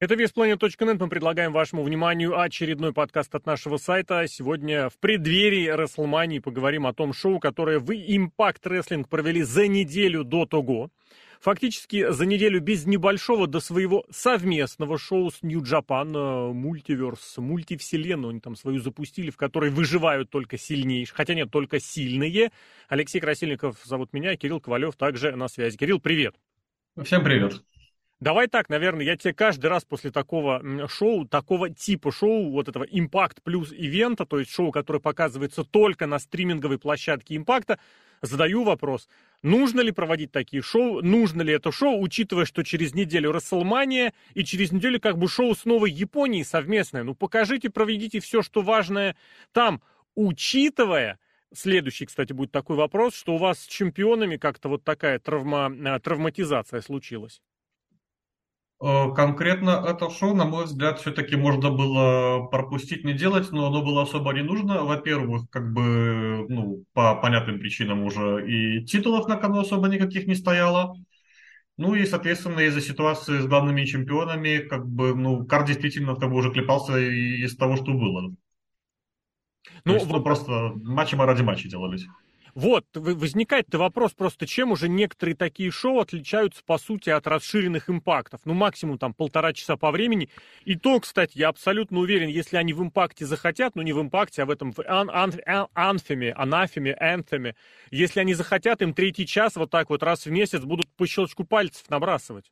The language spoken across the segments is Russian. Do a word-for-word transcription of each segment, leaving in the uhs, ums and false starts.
Это весьplanet точка нет. Мы предлагаем вашему вниманию очередной подкаст от нашего сайта. Сегодня в преддверии WrestleMania поговорим о том шоу, которое в Impact Wrestling провели за неделю до того. Фактически за неделю без небольшого до своего совместного шоу с New Japan, мультиверс, мультивселенную они там свою запустили, в которой выживают только сильнейшие, хотя нет, только сильные. Алексей Красильников зовут меня, Кирилл Ковалев также на связи. Кирилл, привет. Всем привет. Давай так, наверное, я тебе каждый раз после такого шоу, такого типа шоу, вот этого Impact плюс ивента, то есть шоу, которое показывается только на стриминговой площадке Импакта, задаю вопрос, нужно ли проводить такие шоу, нужно ли это шоу, учитывая, что через неделю WrestleMania и через неделю как бы шоу с Новой Японией совместное. Ну покажите, проведите все, что важное там, учитывая... Следующий, кстати, будет такой вопрос, что у вас с чемпионами как-то вот такая травма, травматизация случилась. Конкретно это шоу, на мой взгляд, все-таки можно было пропустить, не делать, но оно было особо не нужно. Во-первых, как бы, ну, по понятным причинам уже и титулов на кону особо никаких не стояло. Ну и, соответственно, из-за ситуации с главными чемпионами, как бы, ну, Кар действительно как бы уже клепался из того, что было. То Ну, есть, ну, вот, просто матчи ради матчей делались. Вот, возникает-то вопрос просто, чем уже некоторые такие шоу отличаются, по сути, от расширенных импактов. Ну, максимум там полтора часа по времени. И то, кстати, я абсолютно уверен, если они в импакте захотят, ну, не в импакте, а в этом в ан ан ан анфеме, анафеме, энтеме, если они захотят, им третий час вот так вот раз в месяц будут по щелчку пальцев набрасывать.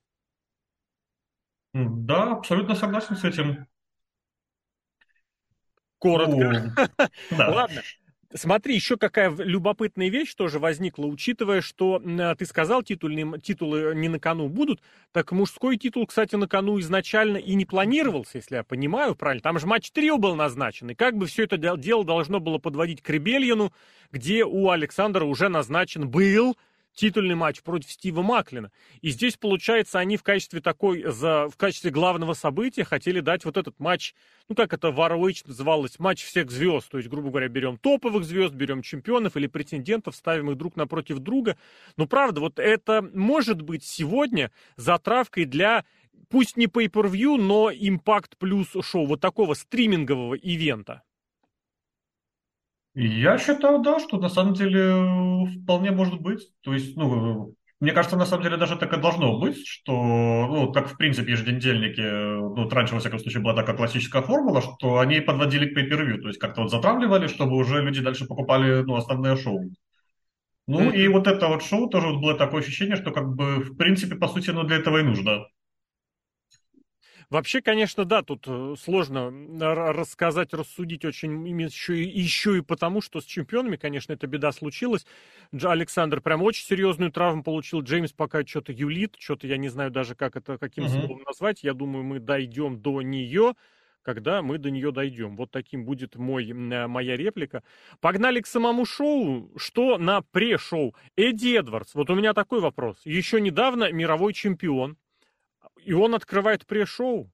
Да, абсолютно согласен с этим. Коротко. Ну, да. Ладно. Смотри, еще какая любопытная вещь тоже возникла, учитывая, что э, ты сказал, титульные, титулы не на кону будут, так мужской титул, кстати, на кону изначально и не планировался, если я понимаю правильно. Там же матч трио был назначен, и как бы все это дело должно было подводить к Ребельону, где у Александра уже назначен был титульный матч против Стива Маклина. И здесь, получается, они в качестве такой, за, в качестве главного события хотели дать вот этот матч, ну, как это в ар о эйч называлось, матч всех звезд. То есть, грубо говоря, берем топовых звезд, берем чемпионов или претендентов, ставим их друг напротив друга. Но, правда, вот это может быть сегодня затравкой для, пусть не pay-per-view, но Impact плюс шоу, вот такого стримингового ивента. Я считаю, да, что на самом деле вполне может быть. То есть, ну, мне кажется, на самом деле даже так и должно быть, что, ну, как в принципе еженедельники, ну, вот раньше, во всяком случае, была такая классическая формула, что они подводили к pay-per-view, то есть как-то вот затравливали, чтобы уже люди дальше покупали, ну, основные шоу. Ну, и вот это вот шоу тоже вот было такое ощущение, что как бы, в принципе, по сути, оно для этого и нужно. Вообще, конечно, да, тут э, сложно рассказать, рассудить очень еще и, еще и потому, что с чемпионами, конечно, эта беда случилась. Дж Александр прям очень серьезную травму получил. Джеймс пока что-то юлит, что-то я не знаю даже, как это, каким Угу. словом назвать. Я думаю, мы дойдем до нее, когда мы до нее дойдем. Вот таким будет мой, моя реплика. Погнали к самому шоу. Что на пре-шоу? Эдди Эдвардс. Вот у меня такой вопрос. Еще недавно мировой чемпион. И он открывает пре-шоу.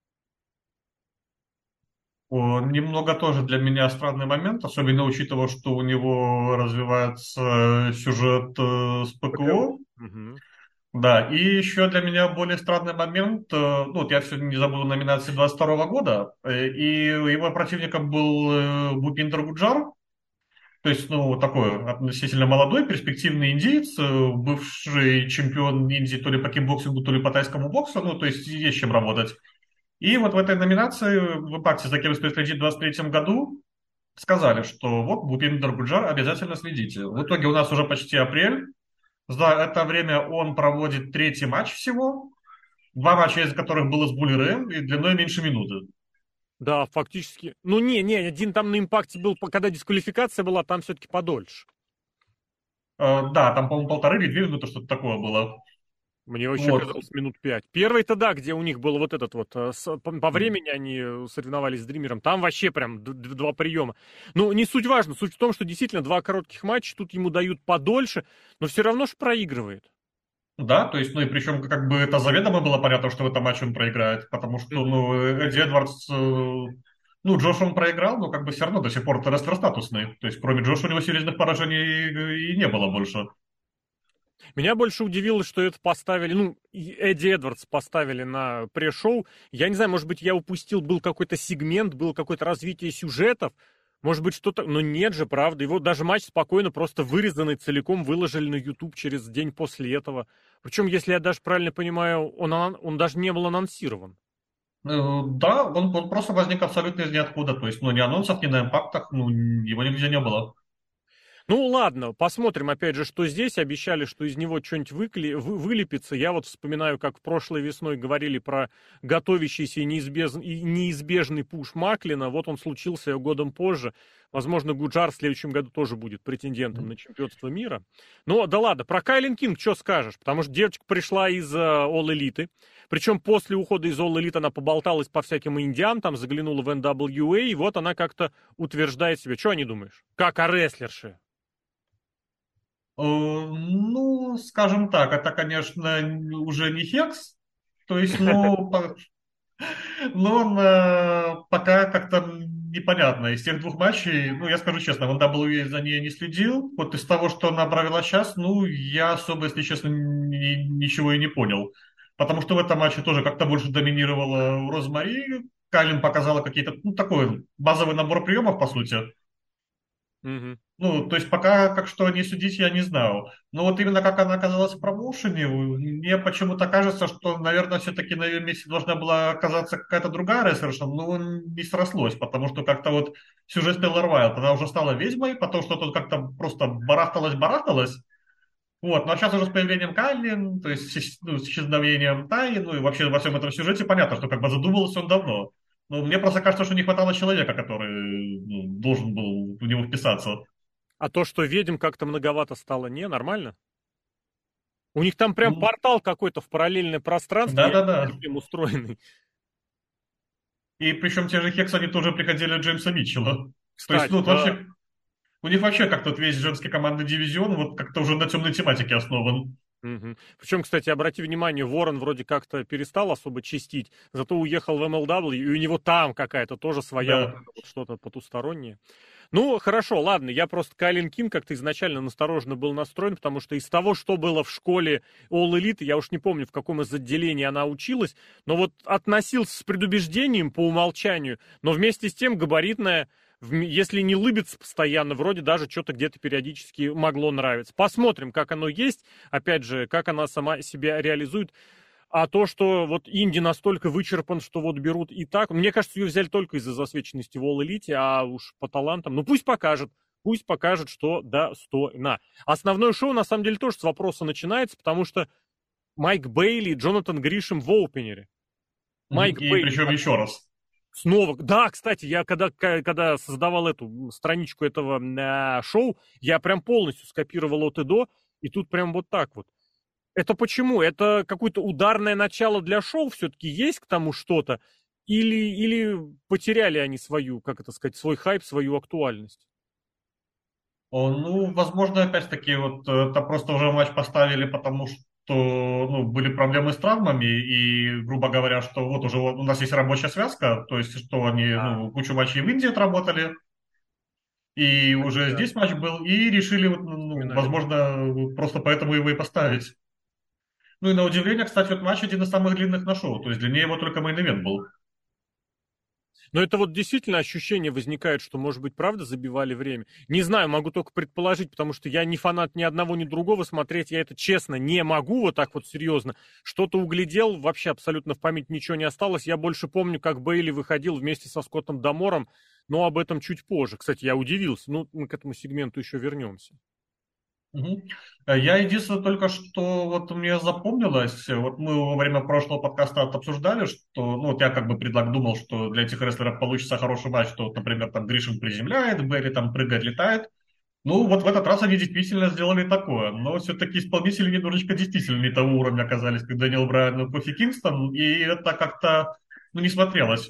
Немного тоже для меня странный момент, особенно учитывая, что у него развивается сюжет э, с ПКО. Угу. Да, и еще для меня более странный момент, э, ну вот я все не забуду номинации двадцать второго года, э, и его противником был э, Бупиндер Гуджар, то есть, ну, такой относительно молодой, перспективный индиец, э, бывший чемпион Индии то ли по кикбоксингу, то ли по тайскому боксу, ну, то есть есть чем работать. И вот в этой номинации в «Импакте», за кем стоит следить в двадцать третьем году, сказали, что вот Бупиндер Гуджар обязательно следите. В итоге у нас уже почти апрель. За это время он проводит третий матч всего, два матча из которых было с Булли Рэем и длиной меньше минуты. Да, фактически. Ну, не, не, один там на импакте был, когда дисквалификация была, там все-таки подольше. Э, да, там, по-моему, полторы или две минуты, что-то такое было. Мне вообще Вот. казалось минут пять. Первый-то да, где у них был вот этот вот, с, по, по времени они соревновались с Дримером, там вообще прям д- д- два приема. Ну, не суть важно, суть в том, что действительно два коротких матча, тут ему дают подольше, но все равно же проигрывает. Да, то есть, ну и причем как бы это заведомо было понятно, что в этом матче он проиграет, потому что, ну, Эдди Эдвардс, э, ну, Джош он проиграл, но как бы все равно до сих пор это рестлер статусный. То есть, кроме Джоша у него серьезных поражений и, и не было больше. Меня больше удивило, что это поставили, ну, Эдди Эдвардс поставили на пресс-шоу. Я не знаю, может быть, я упустил, был какой-то сегмент, было какое-то развитие сюжетов. Может быть, что-то... Но нет же, правда. Его даже матч спокойно, просто вырезанный целиком, выложили на YouTube через день после этого. Причем, если я даже правильно понимаю, он, он даже не был анонсирован. Э, Да, он, он просто возник абсолютно из ниоткуда. То есть, ну, ни анонсов, ни на импактах, ну, его нигде не было. Ну ладно, посмотрим опять же, что здесь. Обещали, что из него что-нибудь выкли... вы... вылепится. Я вот вспоминаю, как прошлой весной говорили про готовящийся и, неизбеж... и неизбежный пуш Маклина. Вот он случился годом позже. Возможно, Гуджар в следующем году тоже будет претендентом на чемпионство мира. Ну да ладно, про Кайлин Кинг что скажешь? Потому что девочка пришла из uh, All Elite. Причем после ухода из All Elite она поболталась по всяким индиам, там заглянула в эн дабл ю эй, и вот она как-то утверждает себя. Что не думаешь? Как о рестлерше? Э, Ну, скажем так, это, конечно, уже не Хекс. То есть, ну, по- но он э, пока как-то непонятно. Из тех двух матчей, ну, я скажу честно, в эн дабл ю эй за ней не следил. Вот из того, что она провела сейчас, ну, я особо, если честно, ни- ничего и не понял. Потому что в этом матче тоже как-то больше доминировала Розмари. Кайлин показала какие-то, ну, такой базовый набор приемов, по сути. Мгм. Ну, то есть пока как что не судить, я не знаю. Но вот именно как она оказалась в промоушене, мне почему-то кажется, что, наверное, все-таки на ее месте должна была оказаться какая-то другая рестлерша, но не срослось, потому что как-то вот сюжет Тейлор Вайлд, она уже стала ведьмой, потом что тут как-то просто барахталась-барахталась. Вот, ну а сейчас уже с появлением Кайлин, то есть с, ну, с исчезновением Тай, ну и вообще во всем этом сюжете понятно, что как бы задумывался он давно. Но мне просто кажется, что не хватало человека, который ну, должен был в него вписаться. А то, что ведьм как-то многовато стало, не, нормально? У них там прям Ну, портал какой-то в параллельное пространство, я не да-да-да. знаю, чем устроенный. И причем те же Хекс, они тоже приходили от Джеймса Митчелла. То есть, ну, Кстати, вот да. вообще, у них вообще как-то вот весь женский командный дивизион вот как-то уже на темной тематике основан. Мгм. Причем, кстати, обрати внимание, Ворон вроде как-то перестал особо чистить, зато уехал в эм эл дабл ю, и у него там какая-то тоже своя вот Да. это вот что-то потустороннее. Ну, хорошо, ладно, я просто Кайлин Кин как-то изначально настороженно был настроен, потому что из того, что было в школе All Elite, я уж не помню, в каком из отделений она училась, но вот относился с предубеждением по умолчанию, но вместе с тем габаритная, в- если не лыбится постоянно, вроде даже что-то где-то периодически могло нравиться. Посмотрим, как оно есть, опять же, как она сама себя реализует. А то, что вот Инди настолько вычерпан, что вот берут и так. Мне кажется, ее взяли только из-за засвеченности в All Elite, а уж по талантам. Ну пусть покажет. Пусть покажет, что достойно. Основное шоу, на самом деле, тоже с вопроса начинается, потому что Майк Бейли и Джонатан Гришем в опенере. Мгм. Майк И Бейли причем еще раз. снова. Да, кстати, я когда, когда создавал эту страничку этого э, шоу, я прям полностью скопировал от и до, и тут прям вот так вот. Это почему? Это какое-то ударное начало для шоу все-таки есть к тому что-то? Или, или потеряли они свою, как это сказать, свой хайп, свою актуальность? О, ну, возможно, опять-таки, вот э, это просто уже матч поставили, потому что ну, были проблемы с травмами, и, грубо говоря, что вот уже вот у нас есть рабочая связка, то есть, что они, Да, ну, кучу матчей в Индии отработали, и кстати, уже да, здесь матч был, и решили, вот, ну, вспоминали. возможно, просто поэтому его и поставить. Ну и на удивление, кстати, вот матч один из самых длинных на шоу. То есть длиннее его только мейн-ивент был. Но это вот действительно ощущение возникает, что, может быть, правда забивали время. Не знаю, могу только предположить, потому что я не фанат ни одного, ни другого, смотреть я это честно не могу, вот так вот серьезно. Что-то углядел, вообще абсолютно в память ничего не осталось. Я больше помню, как Бейли выходил вместе со Скоттом Дамором, но об этом чуть позже. Кстати, я удивился. Ну, мы к этому сегменту еще вернемся. Мгм. Э, Я единственное только что вот мне запомнилось, э, вот мы во время прошлого подкаста обсуждали, что, ну, вот я как бы предлаг думал, что для этих рестлеров получится хороший матч, что, вот, например, там Гришин приземляет, Берри там прыгает, летает. Ну, вот в этот раз они действительно сделали такое, но все-таки исполнители немножечко действительно не того уровня оказались, как Дэниел Брайан и Кофи Кингстон, и это как-то, ну, не смотрелось.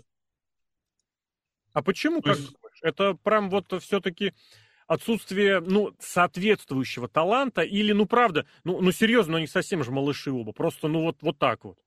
А почему, То как есть думаешь? Это прям вот все-таки отсутствие, ну, соответствующего таланта или, ну, правда, ну, ну, серьезно, ну, они совсем же малыши оба, просто, ну, вот, вот так вот.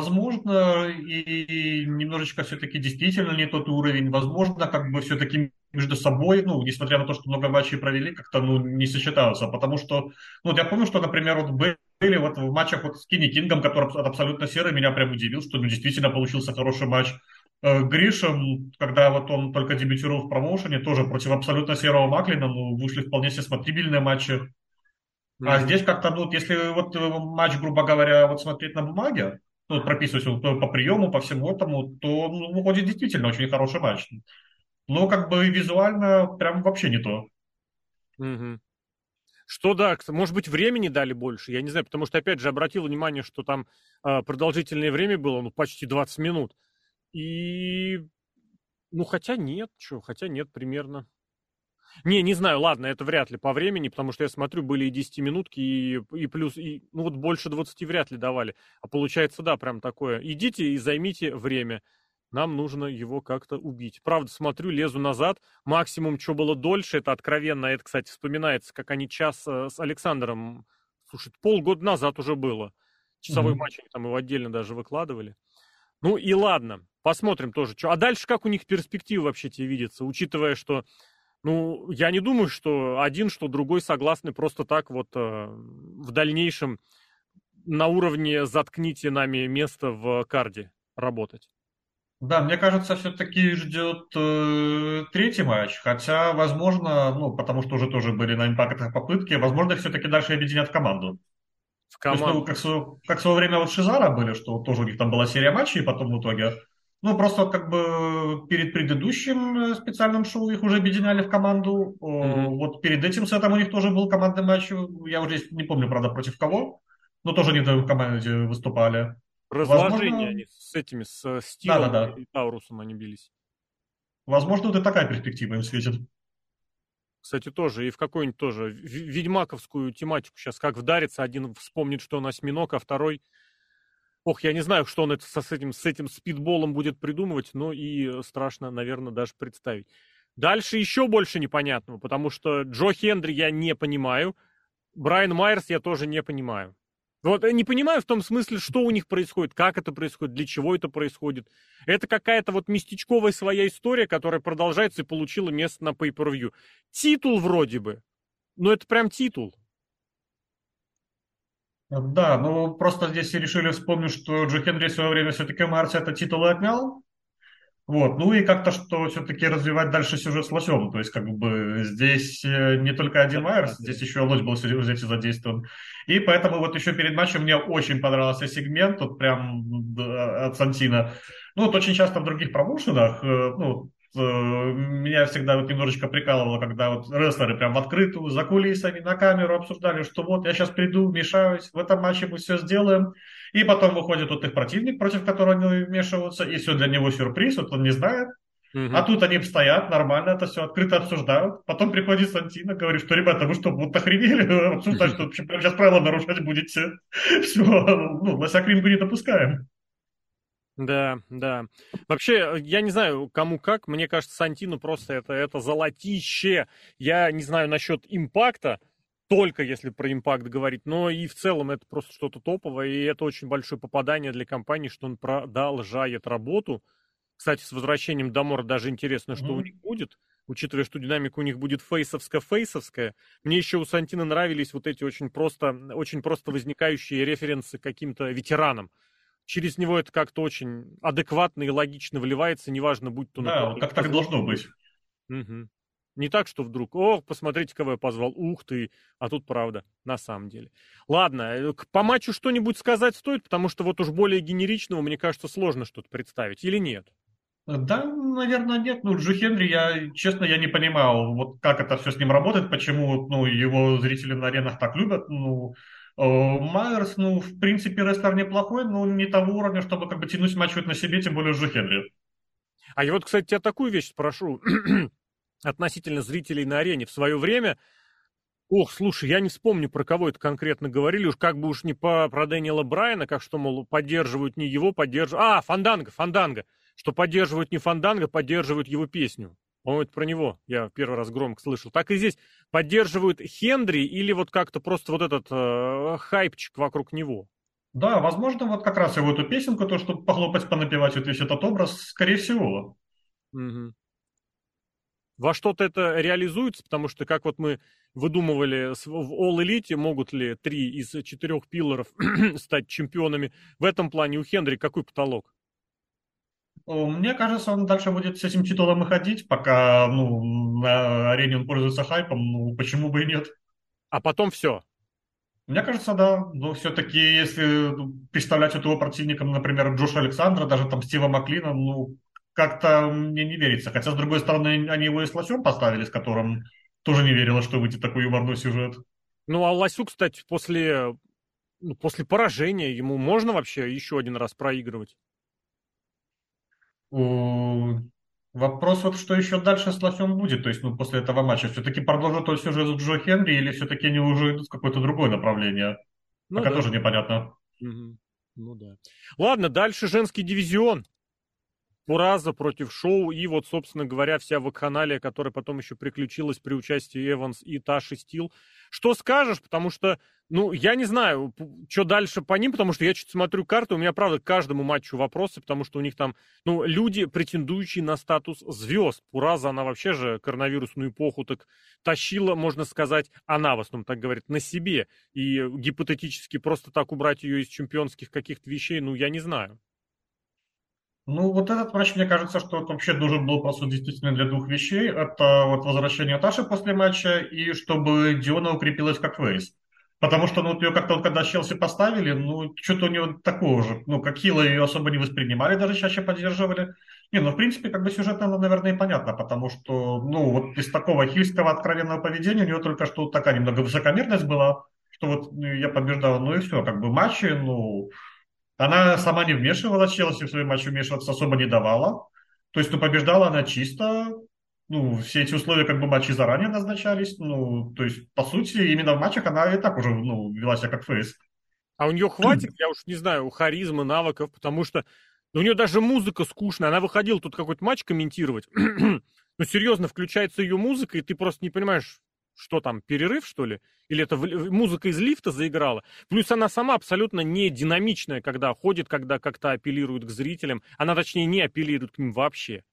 возможно, и немножечко все-таки действительно не тот уровень. Возможно, как бы все-таки между собой, ну, несмотря на то, что много матчей провели, как-то, ну, не сочетаются, потому что, ну, вот я помню, что, например, вот были вот в матчах вот с Кенни Кингом, который аб- абсолютно серый, меня прям удивил, что, ну, действительно получился хороший матч. Э, Гришем, когда вот он только дебютировал в промоушене, тоже против абсолютно серого Маклина, ну, вышли вполне себе смотрибельные матчи. А Мгм. здесь как-то, ну, вот если вот э, матч, грубо говоря, вот смотреть на бумаге, ну, вот прописывать вот по по приему, по всему этому, то, ну, выходит действительно очень хороший матч. Но как бы визуально прям вообще не то. Мгм. Что да, кс- может быть, времени дали больше, я не знаю, потому что, опять же, обратил внимание, что там а, продолжительное время было, ну, почти двадцать минут. И, ну, хотя нет, что, хотя нет, примерно. Не, не знаю, ладно, это вряд ли по времени, потому что я смотрю, были и десятиминутки, и, и плюс, и, ну, вот больше двадцати вряд ли давали. А получается, да, прям такое. Идите и займите время. Нам нужно его как-то убить. Правда, смотрю, лезу назад. Максимум, что было дольше, это откровенно, это, кстати, вспоминается, как они час э, с Александром, слушай, полгода назад уже было. Часовой Мгм. матч, они там его отдельно даже выкладывали. Ну и ладно, посмотрим тоже, что. А дальше как у них перспективы вообще тебе видятся, учитывая, что, ну, я не думаю, что один, что другой согласны просто так вот э, в дальнейшем на уровне «заткните нами место в карде» работать. Да, мне кажется, все-таки ждет э, третий матч, хотя, возможно, ну, потому что уже тоже были на импактах попытки, возможно, их все-таки дальше объединят в команду. В То есть, ну, команду. как, в как в свое время вот Шизара были, что вот тоже у них там была серия матчей, и потом в итоге, ну, просто вот как бы перед предыдущим э, специальным шоу их уже объединяли в команду. О, Мгм. вот перед этим сетом у них тоже был командный матч, я уже не помню, правда, против кого, но тоже они в команде выступали. Разложение Возможно, они с этими, с э, Стивом да-да-да, и Таурусом они бились. возможно, вот и такая перспектива им светит. Кстати, тоже, и в какую-нибудь тоже в- ведьмаковскую тематику сейчас как вдарится, один вспомнит, что он осьминог, а второй... Ох, я не знаю, что он это со, с этим, с этим спидболом будет придумывать, но и э, страшно, наверное, даже представить. Дальше еще больше непонятного, потому что Джо Хендри я не понимаю, Брайан Майерс я тоже не понимаю. Вот я не понимаю в том смысле, что у них происходит, как это происходит, для чего это происходит. Это какая-то вот местечковая своя история, которая продолжается и получила место на pay-per-view. Титул вроде бы, но это прям титул. Да, ну просто здесь решили вспомнить, что Джо Хенри в свое время все-таки Марс это титулы отнял. Вот, ну и как-то, что все-таки развивать дальше сюжет с лосем. То есть, как бы здесь э, не только один Да, Майерс, да. здесь еще лось был здесь задействован. И поэтому вот еще перед матчем мне очень понравился сегмент, вот прям да, от Сантина. Ну, вот очень часто в других промоушенах, э, ну, э, меня всегда вот немножечко прикалывало, когда вот рестлеры прям в открытую, за кулисами, на камеру обсуждали, что вот я сейчас приду, вмешаюсь, в этом матче мы все сделаем. И потом выходит вот их противник, против которого они вмешиваются, и все для него сюрприз, вот он не знает. А Мгм. тут они стоят, нормально это все открыто обсуждают. Потом приходит Сантино, говорит, что, ребята, вы что, вот охренели обсуждать, что вообще прямо сейчас правила нарушать будете? Все, ну, лося к рингу не допускаем. Да, да. Вообще, я не знаю, кому как. Мне кажется, Сантину просто это, это золотище. Я не знаю насчет импакта, только если про импакт говорить, но и в целом это просто что-то топовое, и это очень большое попадание для компании, что он продолжает работу. Кстати, с возвращением Дамора даже интересно, что у них Мгм. будет, учитывая, что динамика у них будет фейсовско-фейсовская. Мне еще у Сантина нравились вот эти очень просто, очень просто возникающие референсы к каким-то ветеранам. Через него это как-то очень адекватно и логично вливается, неважно, будь то, Да, например, вот как так и должно позвонки. быть. Мгм. Не так, что вдруг, о, посмотрите, кого я позвал, ух ты, а тут правда, на самом деле. Ладно, э, к- по матчу что-нибудь сказать стоит, потому что вот уж более генеричного, мне кажется, сложно что-то представить, или нет? Да, наверное, нет. Ну, Джо Хенри, я, честно, я не понимал, вот как это все с ним работает, почему, ну, его зрители на аренах так любят. Ну, э, Майерс, ну, в принципе, рестлер неплохой, но не того уровня, чтобы как бы тянуть матч вот на себе, тем более Джо Хенри. А я вот, кстати, тебя такую вещь спрошу относительно зрителей на арене. В свое время, ох, слушай, я не вспомню, про кого это конкретно говорили, уж как бы уж не по, про Дэниела Брайана, как что, мол, поддерживают не его, поддерживают... А, Фанданга, Фанданга. Что поддерживают не Фанданга, поддерживают его песню. По-моему, это про него я первый раз громко слышал. Так и здесь поддерживают Хендри или вот как-то просто вот этот э, хайпчик вокруг него. Да, возможно, вот как раз его эту песенку, то, чтобы похлопать, понапевать вот весь этот образ, скорее всего. Мгм. Во что-то это реализуется, потому что, как вот мы выдумывали в All Elite, могут ли три из четырех пилларов стать чемпионами, в этом плане у Хенри какой потолок? Мне кажется, он дальше будет с этим титулом и ходить, пока ну, на арене он пользуется хайпом, ну почему бы и нет. А потом все. Мне кажется, да. Но все-таки, если ну, представлять этого противником, например, Джоша Александра, даже там Стива Маклина, ну, как-то мне не верится. Хотя, с другой стороны, они его и с Лосем поставили, с которым тоже не верилось, что выйдет такой юморной сюжет. Ну, а Лосю, кстати, после, ну, после поражения ему можно вообще еще один раз проигрывать? О, Вопрос вот, что еще дальше с Лосем будет, то есть, ну, после этого матча. Все-таки продолжат тот сюжет с Джо Хенри или все-таки они уже идут в какое-то другое направление? Ну Пока да. тоже непонятно. Мгм. Ну да. Ладно, дальше женский дивизион. Пураза против Шоу и вот, собственно говоря, вся вакханалия, которая потом еще приключилась при участии Эванс и Таши Стил. Что скажешь? Потому что, ну, я не знаю, что дальше по ним, потому что я чуть смотрю карту, у меня, правда, к каждому матчу вопросы, потому что у них там, ну, люди, претендующие на статус звезд. Пураза, она вообще же коронавирусную эпоху так тащила, можно сказать, она в основном так говорит, на себе. И гипотетически просто так убрать ее из чемпионских каких-то вещей, ну, я не знаю. Ну, вот этот матч, мне кажется, что это вообще должен был, по сути, действительно для двух вещей. Это вот возвращение Таши после матча и чтобы Диона укрепилась как фейс. Потому что, ну, вот ее как-то вот когда Челси поставили, ну, что-то у нее такого же. Ну, как Хила ее особо не воспринимали, даже чаще поддерживали. Не, ну, в принципе, как бы сюжетно, наверное, и понятно, потому что, ну, вот из такого хильского откровенного поведения у нее только что такая немного высокомерность была, что вот ну, я побеждал, ну и все, как бы матчи, ну, она сама не вмешивалась, Челси в свой матч вмешиваться особо не давала. То есть, ну, побеждала она чисто. Ну, все эти условия как бы матчи заранее назначались. Ну, то есть, по сути, именно в матчах она и так уже, ну, вела себя как фейс. А у нее хватит, я уж не знаю, харизмы, навыков, потому что ну, у нее даже музыка скучная. Она выходила тут какой-то матч комментировать. Ну, серьезно, включается ее музыка, и ты просто не понимаешь, что там, перерыв, что ли? Или это в- музыка из лифта заиграла? Плюс она сама абсолютно не динамичная, когда ходит, когда как-то апеллирует к зрителям. Она, точнее, не апеллирует к ним вообще.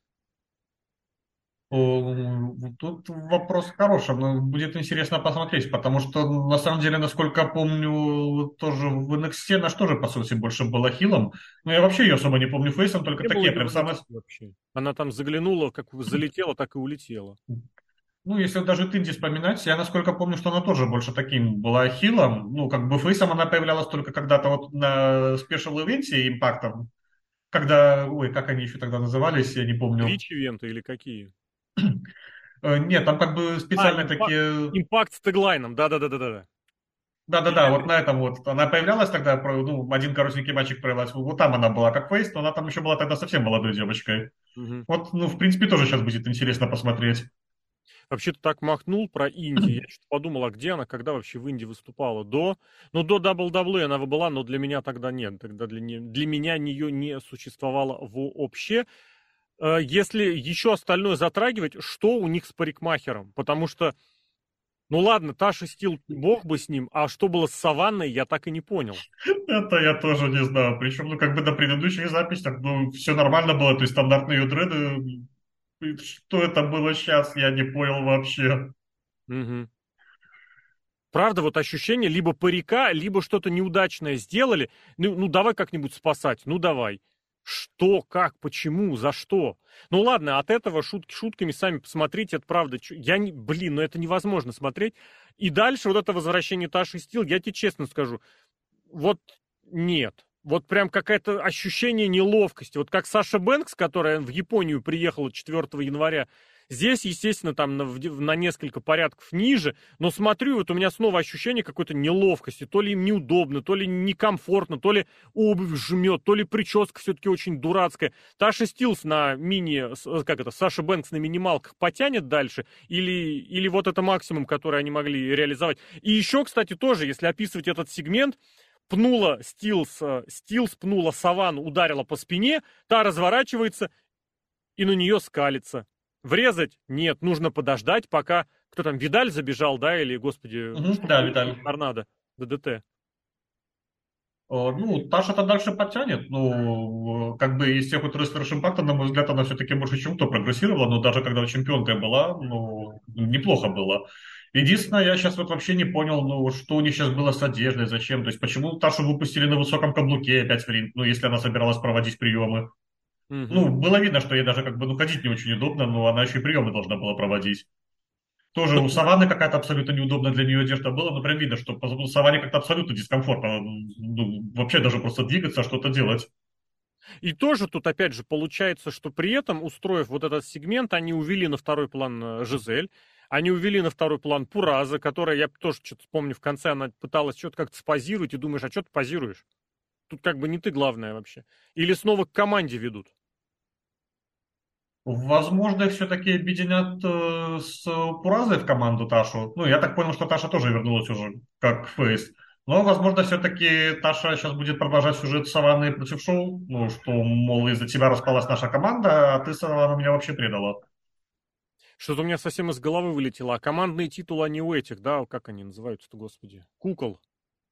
О, Тут вопрос хороший, но будет интересно посмотреть, потому что, на самом деле, насколько помню, тоже в эн экс ти наш тоже, по сути, больше была хилом. Но я вообще ее особо не помню фейсом, только Не было такие ее прям в самые. эн экс ти вообще. Она там заглянула, как залетела, так и улетела. Ну, если даже Тынди вспоминать, я насколько помню, что она тоже больше таким была хилом. Ну, как бы фейсом она появлялась только когда-то вот на спешл ивенте импактом. Когда, ой, как они еще тогда назывались, я не помню. Твич-ивенты или какие? Э, Нет, там как бы А, специально импакт, такие. импакт с теглайном, да-да-да-да-да. Да-да-да, вот на этом вот. Она появлялась тогда, про- ну, один коротенький мальчик проявлялась. Вот там она была как фейс, но она там еще была тогда совсем молодой девочкой. Мгм. Вот, ну, в принципе, тоже сейчас будет интересно посмотреть. Вообще-то так махнул про Инди. Я что-то подумал, а где она, когда вообще в Инди выступала? До, ну, до дабл ю дабл ю и она была, но для меня тогда нет. Тогда для, не, для меня нее не существовало вообще. Э, Если еще остальное затрагивать, что у них с парикмахером? Потому что, ну ладно, Таша Стил, бог бы с ним, а что было с Саванной, я так и не понял. Это я тоже не знаю. Причем, ну, как бы на предыдущих записях, ну, все нормально было, то есть стандартные ее дреды. И что это было сейчас, я не понял вообще. Мгм. Правда, вот ощущение либо парика, либо что-то неудачное сделали. Ну, ну давай как-нибудь спасать, ну давай. Что, как, почему, за что? Ну ладно, от этого шутки шутками сами посмотрите, это правда. чё- Я не, блин, ну это невозможно смотреть. И дальше вот это возвращение Таши Стил, я тебе честно скажу, вот нет. Вот прям какое-то ощущение неловкости. Вот как Саша Бэнкс, которая в Японию приехала четвёртого января. Здесь, естественно, там на, в- на несколько порядков ниже, но смотрю, вот у меня снова ощущение какой-то неловкости. То ли им неудобно, то ли некомфортно, то ли обувь жмет, то ли прическа все-таки очень дурацкая. Таша Стилс на мини, с- как это, Саша Бэнкс на минималках потянет дальше, или, или вот это максимум, который они могли реализовать. И еще, кстати, тоже, если описывать этот сегмент, пнула Стилс, э, Стилс пнула Саванну, ударила по спине, та разворачивается и на нее скалится. Врезать? Нет, нужно подождать, пока... Кто там, Видаль забежал, да, или, господи, Мгм, что да, было? Виталий. Торнадо, ДДТ. Э, Ну, Таша-то дальше подтянет. Ну, э, как бы из тех вот рестлеров импакта, на мой взгляд, она все-таки больше чем-то прогрессировала, но даже когда чемпионкой была, ну, неплохо было. Единственное, я сейчас вот вообще не понял, ну, что у них сейчас было с одеждой, зачем. То есть, почему Ташу выпустили на высоком каблуке опять в ринг, ну, если она собиралась проводить приемы. Ну, Мгм. было видно, что ей даже как бы, ну, ходить не очень удобно, но она еще и приемы должна была проводить. Тоже Ну, у Саванны какая-то абсолютно неудобная для нее одежда была, но прям видно, что по- у Саванне как-то абсолютно дискомфортно, ну, вообще даже просто двигаться, что-то делать. и тоже тут, опять же, получается, что при этом, устроив вот этот сегмент, они увели на второй план э, Жизель, они увели на второй план Пураза, которая, я тоже что-то помню, в конце она пыталась что-то как-то спозировать, и думаешь, а что ты позируешь? Тут как бы не ты главная вообще. Или снова к команде ведут. Возможно, их все-таки объединят э, с Пуразой в команду Ташу. Ну, я так понял, что Таша тоже вернулась уже как фейс. Но, возможно, все-таки Таша сейчас будет продолжать сюжет Саванны против Шоу. Ну, что, мол, из-за тебя распалась наша команда, а ты, Саванна, меня вообще предала. Что-то у меня совсем из головы вылетело. А командные титулы они у этих, да, как они называются-то, господи? Кукол.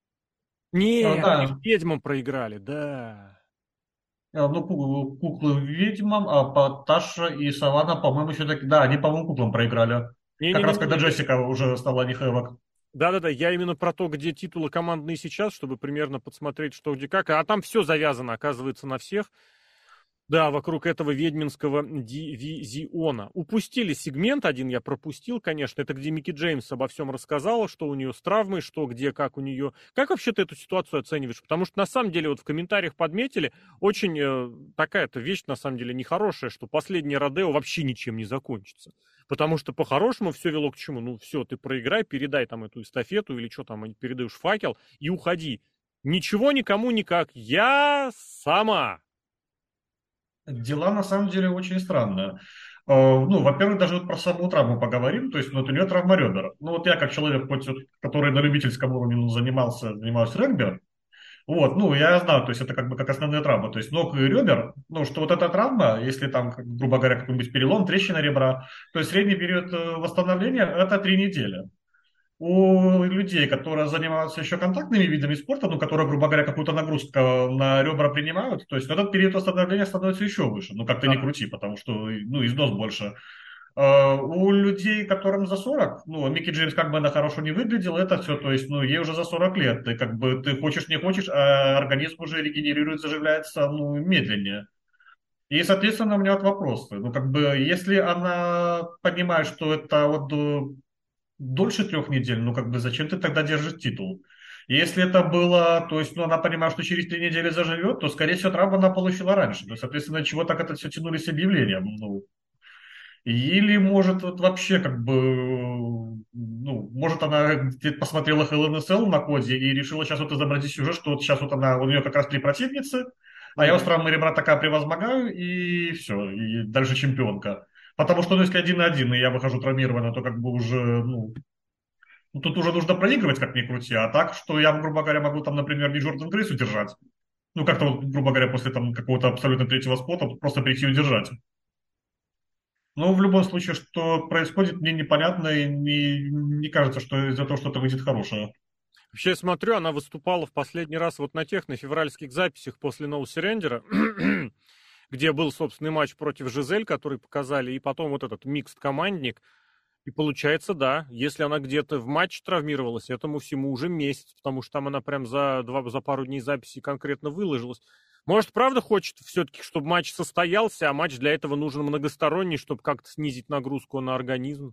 Э, Не, они Да, ведьмам проиграли, да. Э, Ну, ку- куклы ведьмам, а по- Таша и Савана, по-моему, еще так... Да, они, по-моему, куклам проиграли. Как раз когда Не-не-не-не. Джессика уже стала не Хэвок. Да-да-да, я именно про то, где титулы командные сейчас, чтобы примерно подсмотреть, что где как. А там все завязано, оказывается, на всех. Да, вокруг этого ведьминского дивизиона. Упустили сегмент один, я пропустил, конечно. Это где Микки Джеймс обо всем рассказала, что у нее с травмой, что где, как у нее. Как вообще ты эту ситуацию оцениваешь? Потому что на самом деле вот в комментариях подметили, очень э, такая-то вещь на самом деле нехорошая, что последний Родео вообще ничем не закончится. Потому что по-хорошему все вело к чему? Ну все, ты проиграй, передай там эту эстафету или что там, передаешь факел и уходи. Ничего никому никак. Я сама. Дела, на самом деле, очень странные. Э, Ну, во-первых, даже вот про саму травму поговорим. То есть, ну, вот у нее травма ребер. Ну, вот я, как человек, хоть вот, который на любительском уровне ну, занимался, занимаюсь регби, вот, ну, я знаю, то есть это как бы как основная травма, то есть ног и ребер, ну, что вот эта травма, если там, как, грубо говоря, какой-нибудь перелом, трещина ребра, то есть средний период э, восстановления– это три недели. У людей, которые занимаются еще контактными видами спорта, ну, которые, грубо говоря, какую-то нагрузку на ребра принимают, то есть этот период восстановления становится еще выше, ну, как-то не крути, потому что, ну, износ больше. Э, У людей, которым за сорок, ну, Микки Джеймс как бы на хорошо не выглядел, это все, то есть, ну, ей уже за сорок лет, ты как бы, ты хочешь, не хочешь, а организм уже регенерирует, заживляется, ну, медленнее. И, соответственно, у меня вот вопросы. Ну, как бы, если она понимает, что это вот э, дольше трех недель, ну, как бы, зачем ты тогда держишь титул? Если это было, то есть, ну, она понимает, что через три недели заживет, то, скорее всего, травму она получила раньше. Ну, соответственно, чего так это все тянули с объявлением? Ну, или, может, вот вообще, как бы, ну, может, она где-то посмотрела Hell in a Cell на коде и решила сейчас вот изобразить сюжет, что вот сейчас вот она, у нее как раз три противницы, а я у Мгм. странного ребра такая превозмогаю, и все, и дальше чемпионка. Потому что, ну, если один на один, и я выхожу травмированно, то как бы уже, ну, ну, тут уже нужно проигрывать, как ни крути, а так, что я, грубо говоря, могу там, например, не Джордан Грейс удержать, ну, как-то вот, грубо говоря, после там какого-то абсолютно третьего спота просто прийти и удержать. Но в любом случае, что происходит, мне непонятно, и не, не кажется, что из-за того что-то выйдет хорошее. Вообще, я смотрю, она выступала в последний раз вот на тех, на февральских записях после No Surrender, где был собственный матч против Жизель, который показали, и потом вот этот микст-командник. И получается, да, если она где-то в матче травмировалась, этому всему уже месяц, потому что там она прям за, два, за пару дней записи конкретно выложилась. Может, правда хочет все-таки, чтобы матч состоялся, а матч для этого нужен многосторонний, чтобы как-то снизить нагрузку на организм?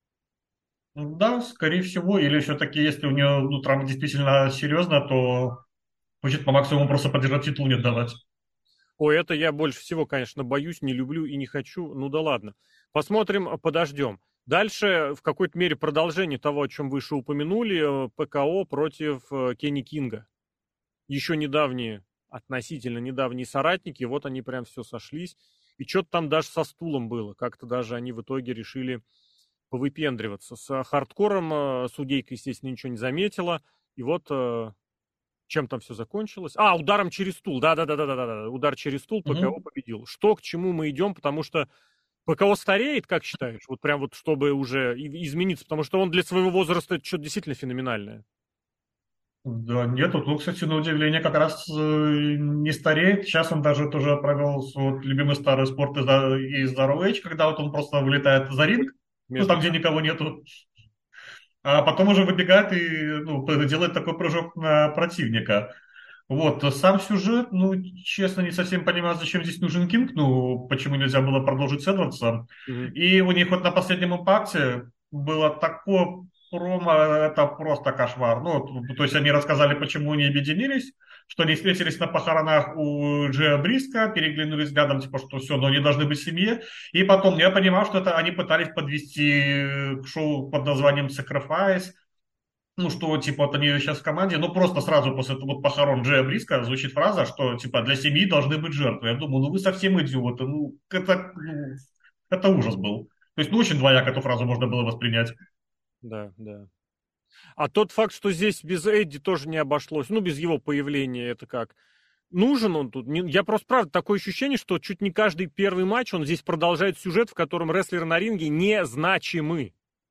Да, скорее всего, или все-таки, если у нее ну, травма действительно серьезная, то хочет по максимуму просто поддержать титул, не отдавать. Ой, это я больше всего, конечно, боюсь, не люблю и не хочу. Ну да ладно. Посмотрим, а, подождем. Дальше в какой-то мере продолжение того, о чем выше упомянули, э, ПКО против э, Кенни Кинга. Еще недавние, относительно недавние соратники, вот они прям все сошлись. И что-то там даже со стулом было. Как-то даже они в итоге решили повыпендриваться. С хардкором э, судейка, естественно, ничего не заметила. И вот э, чем там все закончилось? А, ударом через стул. Да-да-да-да-да-да. Удар через стул, ПКО Мгм. победил. Что, к чему мы идем? Потому что ПКО стареет, как считаешь? Вот прям вот, чтобы уже измениться. Потому что он для своего возраста это что-то действительно феноменальное. Да, нет, тут, ну, кстати, на удивление, как раз э, не стареет. Сейчас он даже тоже провел свой вот любимый старый спорт из, из Zero Edge, когда вот он просто вылетает за ринг, ну, Между... там, где никого нету, а потом уже выбегает и ну, делает такой прыжок на противника. Вот, сам сюжет, ну, честно, не совсем понимаю, зачем здесь нужен Кинг, ну, почему нельзя было продолжить с Эдвардсом. Мгм. И у них вот на последнем импакте было такое промо, это просто кошмар. Ну, вот, то есть они рассказали, почему они объединились, что они встретились на похоронах у Джея Бриска, переглянулись взглядом, типа, что все, но они должны быть в семье. И потом я понимал, что это они пытались подвести к шоу под названием Sacrifice, ну, что, типа, вот они сейчас в команде, ну, просто сразу после вот похорон Джея Бриска звучит фраза, что, типа, для семьи должны быть жертвы. Я думаю, ну, вы совсем идиоты, ну, это, ну, это ужас был. То есть, ну, очень двояко эту фразу можно было воспринять. Да, да. А тот факт, что здесь без Эдди тоже не обошлось, ну, без его появления, это как? Нужен он тут? Не- Я просто, правда, такое ощущение, что чуть не каждый первый матч, он здесь продолжает сюжет, в котором рестлеры на ринге незначимы.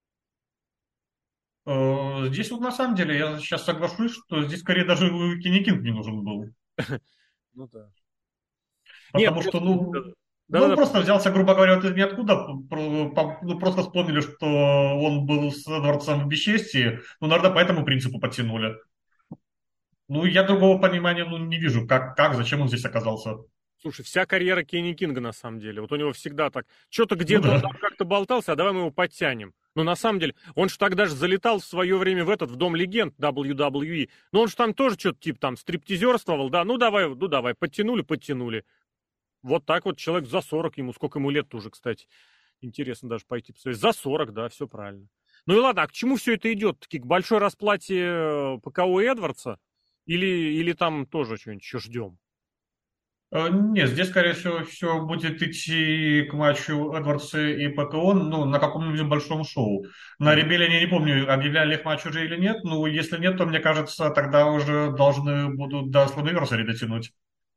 Э, Здесь вот на самом деле, я сейчас соглашусь, что здесь скорее даже Кенни Кинг не нужен был. Ну да. Нет, Потому что, просто... ну, ну, он Да-да-да. просто взялся, грубо говоря, вот из ниоткуда, про- по- ну, просто вспомнили, что он был с Эдвардсом в бесчестии, ну, наверное, по этому принципу подтянули. Ну, я другого понимания ну, не вижу, как, как, зачем он здесь оказался. Слушай, вся карьера Кенни Кинга, на самом деле, вот у него всегда так, что-то Ну где-то он да. там как-то болтался, а давай мы его подтянем. Но на самом деле, он же тогда же залетал в свое время в этот, в Дом легенд дабл ю дабл ю и. Но он же там тоже что-то типа там стриптизерствовал, да, ну давай, ну давай, подтянули, подтянули. Вот так вот человек за сорок ему, сколько ему лет уже, кстати. Интересно даже пойти посмотреть. За сорок, да, все правильно. Ну и ладно, а к чему все это идет? Таки к большой расплате э, ПКО Эдвардса? Или, или там тоже что-нибудь еще ждем? Э, Нет, здесь, скорее всего, все будет идти к матчу Эдвардса и ПКО, ну, на каком-нибудь большом шоу. На Ребеле я не помню, объявляли их матч уже или нет, но если нет, то, мне кажется, тогда уже должны будут до Slammiversary дотянуть.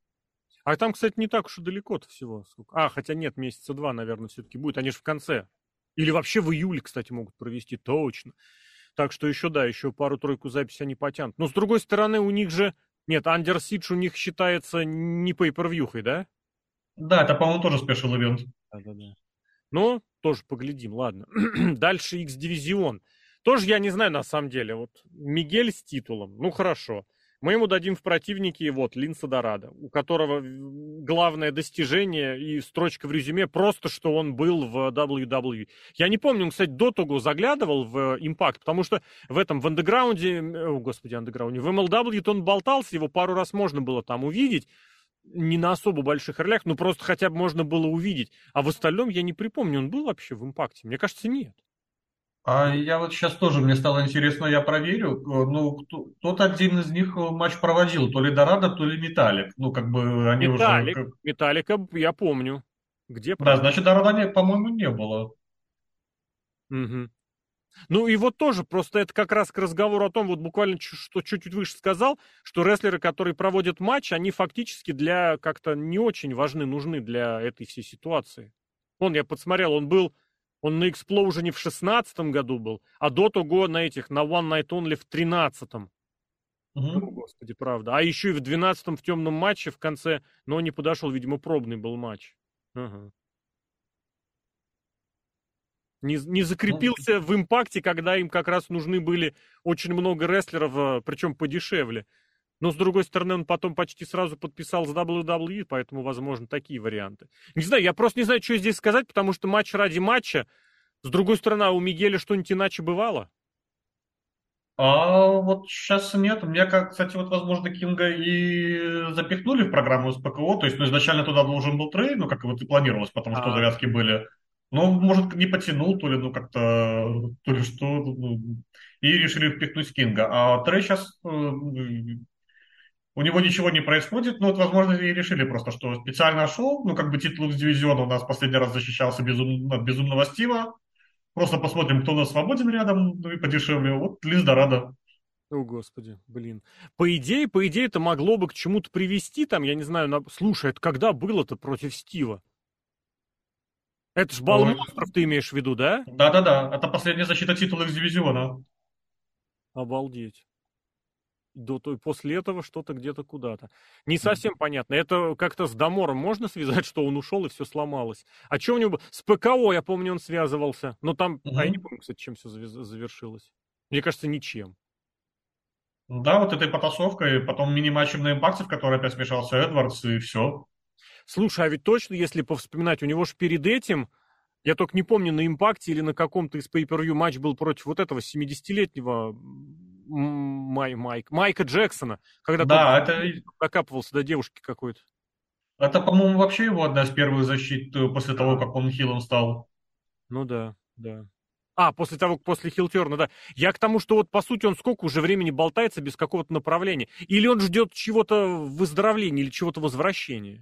А там, кстати, не так уж и далеко-то всего. Сколько? А, хотя нет, месяца два, наверное, все-таки будет. Они же в конце. Или вообще в июле, кстати, могут провести, точно. Так что еще, да, еще пару-тройку записей они потянут. Но, с другой стороны, у них же... Нет, Under Siege у них считается не pay-per-view, да? Да, это, по-моему, тоже спешл ивент. Да-да-да. Ну, тоже поглядим, ладно. Дальше X-дивизион. Тоже я не знаю, на самом деле. Вот Мигель с титулом, ну хорошо. Мы ему дадим в противнике вот Линса Дорадо, у которого главное достижение и строчка в резюме просто, что он был в дабл ю дабл ю и. Я не помню, он, кстати, до того заглядывал в Impact, потому что в этом, в андеграунде, о, господи, андеграунде, в эм эл дабл ю он болтался, его пару раз можно было там увидеть, не на особо больших ролях, но просто хотя бы можно было увидеть. А в остальном я не припомню, он был вообще в «Импакте»? Мне кажется, нет. А я вот сейчас тоже, мне стало интересно, я проверю. Э, Ну, кто, тот один из них э, матч проводил, то ли Дорадо, то ли Металлик. Ну, как бы они уже... Металлик. как- Металлика я помню. Где, Да, правда? значит, Дорадо, не- по-моему, не было. Мгм. Ну и вот тоже, просто это как раз к разговору о том, вот буквально, чу- что чуть-чуть выше сказал, что рестлеры, которые проводят матч, они фактически для как-то не очень важны, нужны для этой всей ситуации. Он, я подсмотрел, он был, он на Explosion в шестнадцатом году был, а до того на этих, на One Night Only в тринадцатом. О, Мгм. господи, правда. А еще и в двенадцатом в темном матче в конце, но не подошел, видимо, пробный был матч. Ага. Не, не Ну, закрепился в импакте, когда им как раз нужны были очень много рестлеров, э, причем подешевле. Но, с другой стороны, он потом почти сразу подписал с дабл ю дабл ю и, поэтому, возможно, такие варианты. Не знаю, я просто не знаю, что здесь сказать, потому что матч ради матча. С другой стороны, а у Мигеля что-нибудь иначе бывало? а вот сейчас нет. Мне, как, кстати, вот, возможно, Кинга и запихнули в программу с ПКО. То есть, ну, изначально туда должен был Трей, ну, как вот и планировалось, потому что А, завязки были. Но, может, не потянул, то ли, ну, как-то, то ли что. Ну, и решили впихнуть Кинга. А Трей сейчас у него ничего не происходит, ну вот, возможно, и решили просто, что специальное шоу, ну, как бы титул дивизиона у нас последний раз защищался безум... от Безумного Стива, просто посмотрим, кто у нас свободен рядом, ну и подешевле, вот Лиз Дорадо. о, господи, блин. По идее, по идее, это могло бы к чему-то привести, там, я не знаю, на... слушай, это когда было-то против Стива? Это ж Бал Ой, монстров ты имеешь в виду, да? да-да-да, это последняя защита титула из дивизиона. Обалдеть. до той, после этого что-то где-то куда-то. Не совсем понятно. Это как-то с Дамором можно связать, что он ушел и все сломалось? А что у него было? С ПКО, я помню, он связывался. Но там, а я не Мгм. помню, кстати, чем все завершилось. Мне кажется, ничем. Да, вот этой потасовкой, потом мини-матчем на импакте, в который опять смешался Эдвардс, и все. Слушай, а ведь точно, если повспоминать, у него же перед этим, я только не помню, на импакте или на каком-то из pay-per-view матч был против вот этого семидесятилетнего Май, Майк, Майка Джексона, когда тот Да, это, докапывался до девушки какой-то. это, по-моему, вообще его одна из первых защит э, после того, Да. как он хилом стал. Ну да, да. А, после того, после Хилтерна, да. Я к тому, что вот, по сути, он сколько уже времени болтается без какого-то направления. Или он ждет чего-то выздоровления или чего-то возвращения.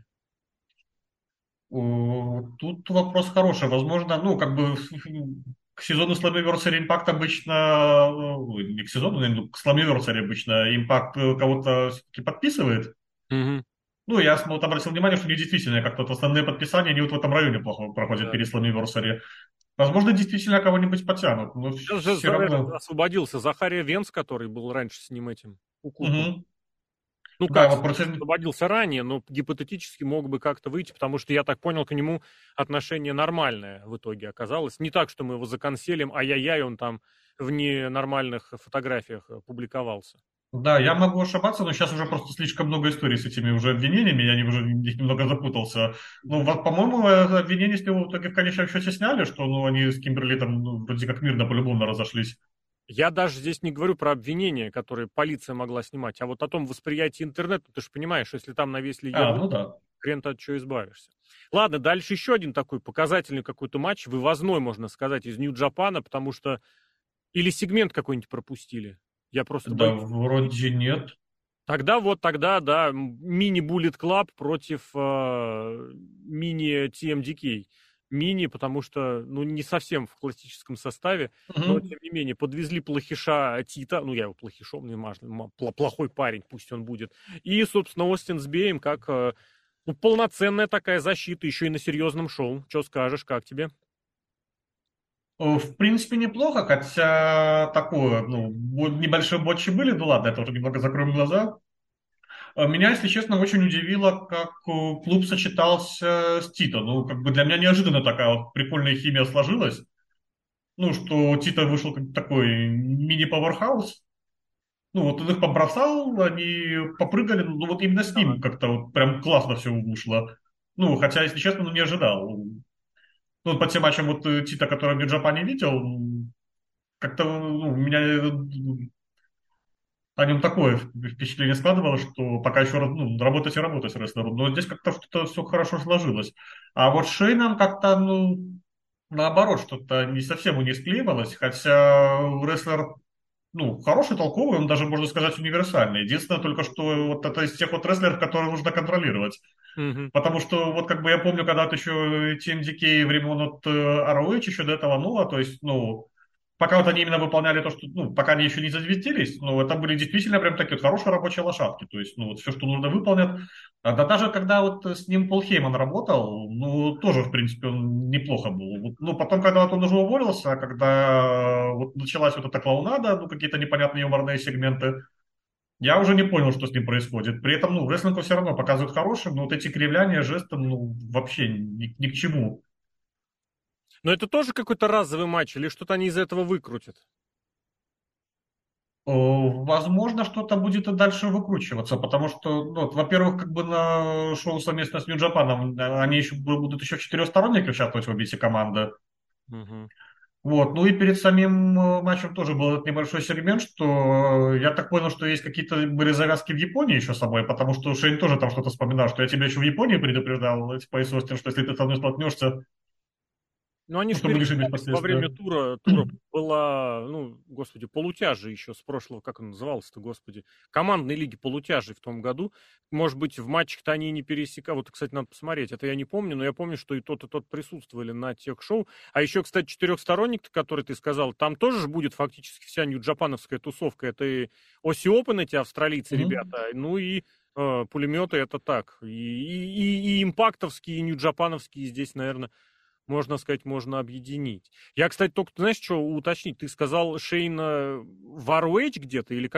О, тут вопрос хороший. Возможно, ну, как бы к сезону Slammiversary Impact обычно, э, не к сезону, наверное, к Slammiversary обычно Impact кого-то все-таки подписывает. Угу. Ну, я вот обратил внимание, что у них действительно как-то вот основные подписания, они вот в этом районе плохо проходят Да. перед Slammiversary. Возможно, действительно кого-нибудь потянут, но Сейчас же все за- этот равно. освободился Захария Венц, который был раньше с ним этим укутом. Мгм. Ну Да, как, вот против... освободился ранее, но гипотетически мог бы как-то выйти, потому что, я так понял, к нему отношение нормальное в итоге оказалось. Не так, что мы его заканселим, ай-яй-яй, он там в ненормальных фотографиях э, публиковался. Да, я могу ошибаться, но сейчас уже просто слишком много историй с этими уже обвинениями, я не уже в них немного запутался. Ну, вот, по-моему, э, обвинения с него в итоге в конечном счете сняли, что ну, они с Кимберли там ну, вроде как мирно по-любому разошлись. Я даже здесь не говорю про обвинения, которые полиция могла снимать, а вот о том восприятии интернета. Ты же понимаешь, если там навесили А, ярлык, ну да. хрен ты от чего избавишься. Ладно, дальше еще один такой показательный какой-то матч, вывозной, можно сказать, из Нью-Джапана, потому что или сегмент какой-нибудь пропустили. Я просто Да, боюсь. вроде нет. Тогда вот тогда, да, мини Bullet Club против э, мини ти эм ди кей. Мини, потому что, ну, не совсем в классическом составе, но, Мгм. тем не менее, подвезли плохиша Тита, ну, я его плохишом, не мажу, ма- пла- плохой парень, пусть он будет. И, собственно, Остин с Беем как э, ну, полноценная такая защита, еще и на серьезном шоу. Что скажешь, как тебе? Э, В принципе, неплохо, хотя такое, ну, бо- небольшие ботчи были, ну ладно, это уже немного закроем глаза. А Меня, если честно, очень удивило, как э, клуб сочетался с Тито. Ну, как бы для меня неожиданно такая вот прикольная химия сложилась. Ну, что Тито вышел как такой мини-пауэрхаус. Ну, вот он их побросал, они попрыгали, ну, вот именно с Да. ним как-то вот прям классно все вышло. Ну, хотя, если честно, ну, не ожидал. Ну, по тем матчам вот э, Тита, который в Нью-Джапане видел, м, как-то ну, у меня э, о нем такое впечатление складывалось, что пока еще ну, работать и работать с рестлером. Но здесь как-то что-то все хорошо сложилось. А вот с Шейном как-то, ну, наоборот, что-то не совсем у них склеивалось, хотя рестлер, ну, хороший, толковый, он даже, можно сказать, универсальный. Единственное только, что вот это из тех вот рестлеров, которые нужно контролировать. Мгм. Потому что, вот как бы я помню, когда-то еще ти эм ди кей времен от э, ар о эйч еще до этого, ну, а то есть, ну, пока вот они именно выполняли то, что, ну, пока они еще не зазвездились, ну, это были действительно прям такие вот хорошие рабочие лошадки, то есть, ну, вот все, что нужно, выполнят. А, да даже когда вот с ним Пол Хейман работал, ну, тоже, в принципе, он неплохо был. Вот, ну, потом, когда вот он уже уволился, когда вот началась вот эта клоунада, ну, какие-то непонятные юморные сегменты, я уже не понял, что с ним происходит. При этом, ну, рестлинг все равно показывают хорошим, но вот эти кривляния, жесты, ну, вообще ни, ни к чему. Но это тоже какой-то разовый матч, или что-то они из этого выкрутят? О, Возможно, что-то будет и дальше выкручиваться, потому что, ну, вот, во-первых, как бы на шоу совместно с Нью-Джапаном они еще бу- будут еще в четырехсторонниках участвовать в обете команды. Мгм. Вот. Ну и перед самим э, матчем тоже был этот небольшой сегмент, что э, я так понял, что есть какие-то были завязки в Японии еще с собой, потому что Шейн тоже там что-то вспоминал, что я тебя еще в Японии предупреждал, типа, Остин, что если ты со мной столкнешься, Ну, они ну, же что будешь иметь пересекались во время последствия. тура. Тура была, ну, господи, полутяжи еще с прошлого, как он назывался-то, господи, командной лиги полутяжей в том году. Может быть, в матчах-то они и не пересекали. Вот, кстати, надо посмотреть. Это я не помню, но я помню, что и тот, и тот присутствовали на тех шоу. А еще, кстати, четырехсторонник, который ты сказал, там тоже же будет фактически вся нью-джапановская тусовка. Это и Оси Опен, эти австралийцы, Мгм. ребята, ну и э, пулеметы, это так. И, и, и, и импактовские, и нью-джапановские здесь, наверное, можно сказать, можно объединить. Я, кстати, только, ты знаешь, что уточнить? Ты сказал Шейна в ар о эйч где-то или как?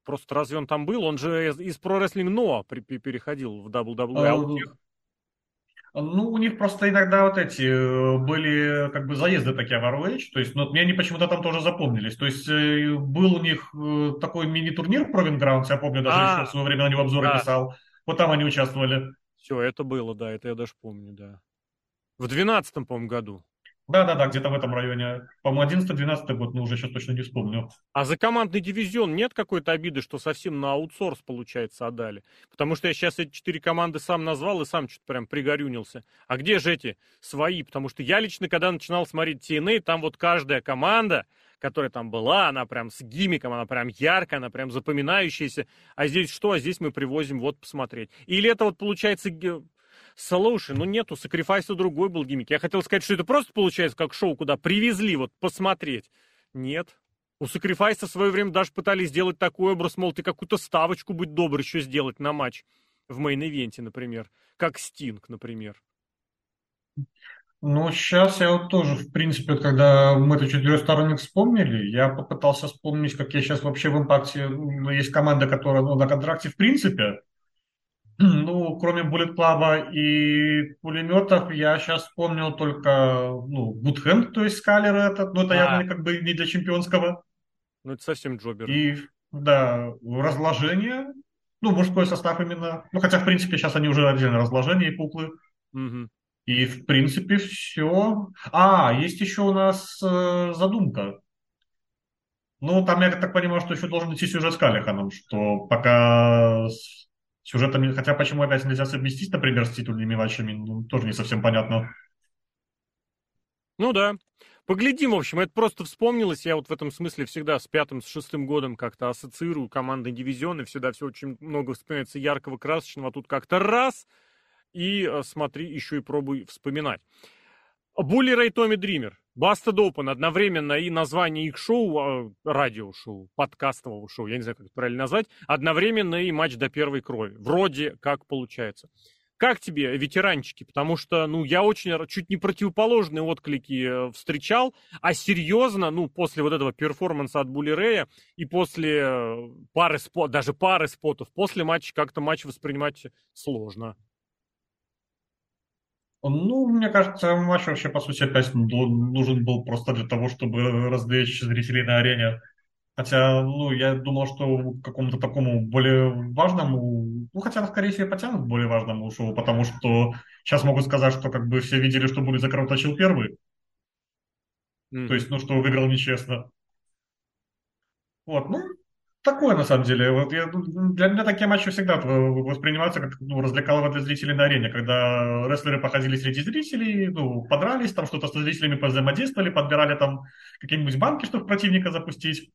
Просто разве он там был? Он же из, из Pro Wrestling Noah при- при- переходил в дабл ю дабл ю и, а у Э, них... Ну, у них просто иногда вот эти э, были как бы заезды такие в ар о эйч, то есть, ну, вот мне они почему-то там тоже запомнились. То есть, э, был у них э, такой мини-турнир Proving Grounds, я помню, даже еще в А, свое время на него обзоры да, писал. Вот там они участвовали. все, это было, да, это я даже помню, да. В двенадцатом, по-моему, году. Да-да-да, где-то в этом районе. По-моему, одиннадцатый-двенадцатый год, но уже сейчас точно не вспомню. А за командный дивизион нет какой-то обиды, что совсем на аутсорс, получается, отдали? Потому что я сейчас эти четыре команды сам назвал и сам что-то прям пригорюнился. А где же эти свои? Потому что я лично, когда начинал смотреть ти эн эй, там вот каждая команда, которая там была, она прям с гиммиком, она прям яркая, она прям запоминающаяся. А здесь что? А здесь мы привозим вот посмотреть. Или это вот получается... ге- Слушай, ну нету, Сакрифайса другой был гиммик. Я хотел сказать, что это просто получается как шоу, куда привезли вот посмотреть. Нет. У Сакрифайса в свое время даже пытались сделать такой образ, мол, ты какую-то ставочку, будь добр, еще сделать на матч в мейн-ивенте, например. Как Стинг, например. Ну, сейчас я вот тоже, в принципе, вот когда мы это четырехсторонник вспомнили, я попытался вспомнить, какие сейчас вообще в импакте, ну, есть команда, которая, ну, на контракте в принципе. Ну, кроме Bullet Club и пулеметов, я сейчас вспомнил только, ну, Good Hand, то есть Скалер этот, но это А, явно как бы не для чемпионского. ну это совсем джоберы. И, да, разложение, ну, мужской состав именно. Ну, хотя, в принципе, сейчас они уже отдельно разложение и куклы. Мгм. И, в принципе, все. А, есть еще у нас э, задумка. Ну, там, я так понимаю, что еще должен идти сюжет с Калиханом, что пока с сюжетом, не- хотя почему опять нельзя совместить, например, с титульными матчами, ну, тоже не совсем понятно. Ну да. Поглядим, в общем, это просто вспомнилось. Я вот в этом смысле всегда с пятым, с шестым годом как-то ассоциирую команды дивизионы. Всегда все очень много вспоминается яркого, красочного. А тут как-то раз, и э, смотри, еще и пробуй вспоминать. Булли Рэй Томми Дример. Бастед Open одновременно и название их шоу, э, радиошоу, подкастового шоу, я не знаю, как это правильно назвать, одновременно и матч до первой крови. Вроде как получается. Как тебе, ветеранчики? Потому что, ну, я очень р- чуть не противоположные отклики э, встречал, а серьезно, ну, после вот этого перформанса от Булли Рэя и после э, пары спот, даже пары спотов, после матча как-то матч воспринимать сложно. Ну, мне кажется, матч вообще, по сути, опять ну, нужен был просто для того, чтобы развлечь зрителей на арене. Хотя, ну, я думал, что к какому-то такому более важному, ну, хотя, скорее всего, и потянут к более важному шоу, потому что сейчас могут сказать, что как бы все видели, что Булли закровоточил первый, то Мгм. есть, ну, что выиграл нечестно. Вот, ну, такое на самом деле. Вот я, для меня такие матчи всегда в- воспринимаются как ну, развлекалово для зрителей на арене, когда рестлеры походили среди зрителей, ну, подрались, там что-то со зрителями повзаимодействовали, подбирали там какие-нибудь банки, чтобы противника запустить.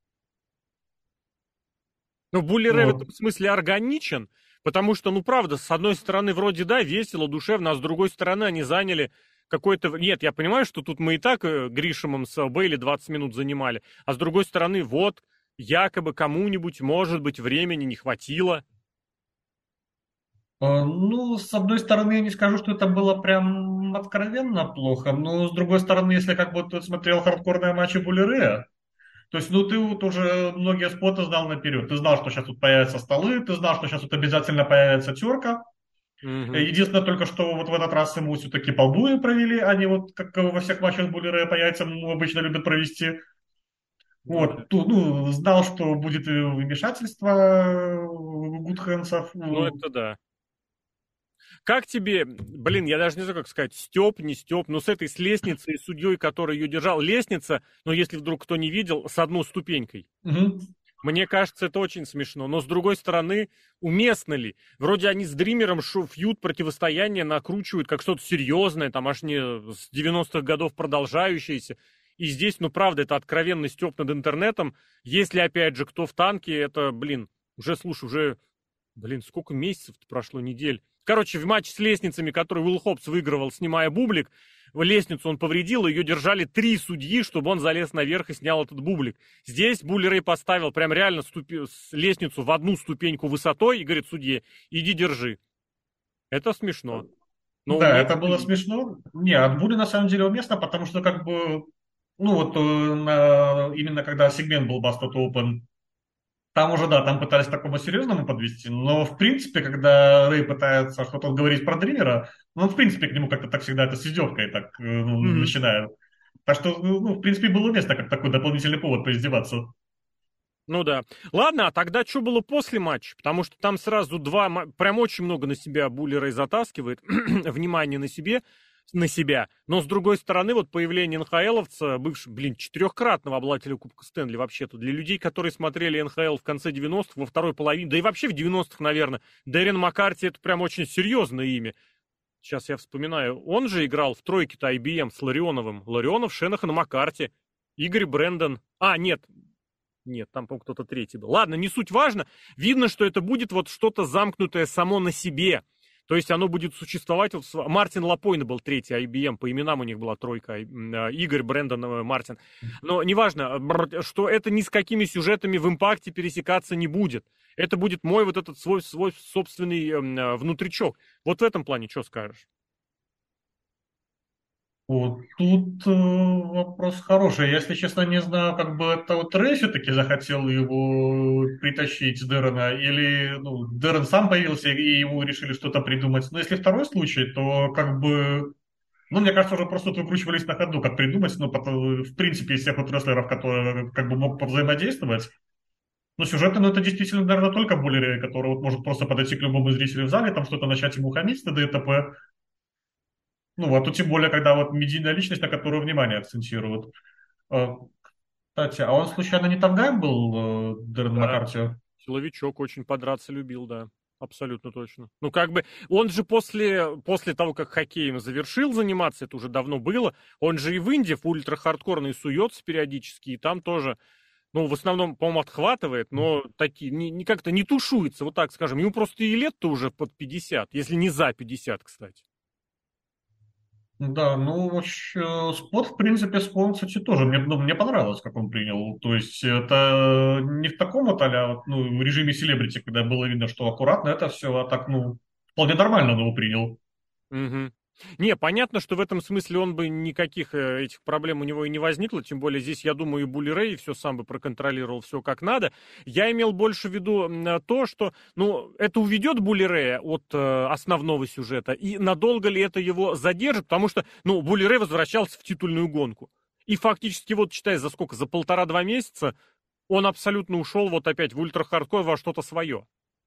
Ну, Булли Рэй в этом Вот. смысле органичен, потому что, ну, правда, с одной стороны, вроде, да, весело, душевно, а с другой стороны, они заняли какой-то... Нет, я понимаю, что тут мы и так э, Гришемом с Бейли двадцать минут занимали, а с другой стороны, вот, якобы кому-нибудь, может быть, времени не хватило. Э, Ну, с одной стороны, я не скажу, что это было прям откровенно плохо, но с другой стороны, если как бы ты смотрел хардкорные матчи Булли Рэя, то есть, ну, ты вот уже многие споты знал наперед. Ты знал, что сейчас тут появятся столы, ты знал, что сейчас тут обязательно появится терка. Мгм. Единственное только, что вот в этот раз ему все-таки полбуи провели, а не вот как во всех матчах Булли Рэя по яйцам ну, обычно любят провести. Ну да. Вот, ту- ну, знал, что будет и вмешательство гудхэнсов. Ну, это да. Как тебе, блин, я даже не знаю, как сказать, Степ, не Степ, но с этой, с лестницей, с судьей, который ее держал, лестница, но если вдруг кто не видел, с одной ступенькой. Мгм. Мне кажется, это очень смешно. Но, с другой стороны, уместно ли? Вроде они с Дримером шо, фьюд, противостояние накручивают как что-то серьезное, там аж не с девяностых годов продолжающееся. И здесь, ну, правда, это откровенный стёб над интернетом. Если, опять же, кто в танке, это, блин, уже, слушай, уже, блин, сколько месяцев прошло, недель. Короче, в матче с лестницами, который Уилл Хопс выигрывал, снимая бублик, лестницу он повредил, ее держали три судьи, чтобы он залез наверх и снял этот бублик. Здесь Булли Рэй поставил прям реально ступи... лестницу в одну ступеньку высотой и говорит судье, иди держи. Это смешно. Но Да, это уместно было ли? смешно. Не, от Бури на самом деле уместно, потому что как бы, ну вот э, на- именно когда сегмент был Busted Open, Там уже, да, там пытались к такому серьезному подвести, но, в принципе, когда Рэй пытается что-то говорить про Дримера, ну, в принципе, к нему как-то так всегда это с издевкой так э, ну, Мгм. начинают. Так что, ну, ну, в принципе, было место как такой дополнительный повод поиздеваться. Ну да. Ладно, а тогда что было после матча? Потому что там сразу два, ма- прям очень много на себя Булли Рэй затаскивает, внимание на себе, на себя. Но с другой стороны, вот появление НХЛовца, бывшего, блин, четырехкратного обладателя Кубка Стэнли вообще-то, для людей, которые смотрели эн ха эл в конце девяностых, во второй половине, да и вообще в девяностых, наверное, Дэрин Маккарти это прям очень серьезное имя. Сейчас я вспоминаю, он же играл в тройке-то ай би эм с Ларионовым. Ларионов, Шенахан, Маккарти. Игорь Брэндон. А, нет, нет, там, по-моему, кто-то третий был. Ладно, не суть важно. Видно, что это будет вот что-то замкнутое само на себе. То есть оно будет существовать. Вот св- Мартин Лапойна был третий ай би эм, по именам у них была тройка. ай- м, а, Игорь, Брэндон, э, Мартин. Но неважно, бр- что это ни с какими сюжетами в импакте пересекаться не будет. Это будет мой вот этот свой, свой собственный эм, э, внутричок. Вот в этом плане что скажешь? Вот тут э, вопрос хороший. Я, если честно, не знаю, как бы это вот Рэй все-таки захотел его притащить Дэрона, или ну, Дэрон сам появился, и ему решили что-то придумать. Но если второй случай, то как бы, ну, мне кажется, уже просто тут выкручивались на ходу, как придумать, ну, потом, в принципе, из всех вот рестлеров, которые как бы мог повзаимодействовать. Но сюжеты, ну, это действительно, наверное, только Булли Рэй, который вот может просто подойти к любому зрителю в зале, там что-то начать ему хамить, т.д. и т.п. Ну, а тут тем более, когда вот медийная личность, на которую внимание акцентируют. Э, Кстати, а он случайно не Тавгайм был, э, Дэрон Да. Маккарти? Силовичок очень подраться любил, да. Абсолютно точно. Ну, как бы, он же после, после того, как хоккеем завершил заниматься, это уже давно было, он же и в Индии в ультра-хардкорной суется периодически, и там тоже, ну, в основном, по-моему, отхватывает, но такие, не, не как-то не тушуется, вот так скажем. Ему просто и лет-то уже под пятьдесят, если не за пятьдесят, кстати. Да, ну, вообще, спот, в принципе, спот, кстати, тоже мне, ну, мне понравилось, как он принял. То есть это не в таком вот, а вот, ну, в режиме селебрити, когда было видно, что аккуратно это все, а так, ну, вполне нормально он его принял. Мгм. Не, понятно, что в этом смысле он бы никаких э, этих проблем у него и не возникло, тем более здесь, я думаю, и Булли Рэй все сам бы проконтролировал, все как надо. Я имел больше в виду м, э, то, что, ну, это уведет Булли Рэя от э, основного сюжета, и надолго ли это его задержит, потому что, ну, Булли Рэй возвращался в титульную гонку. И фактически, вот, считай, за сколько, за полтора-два месяца он абсолютно ушел вот опять в ультра-хардкор во что-то свое.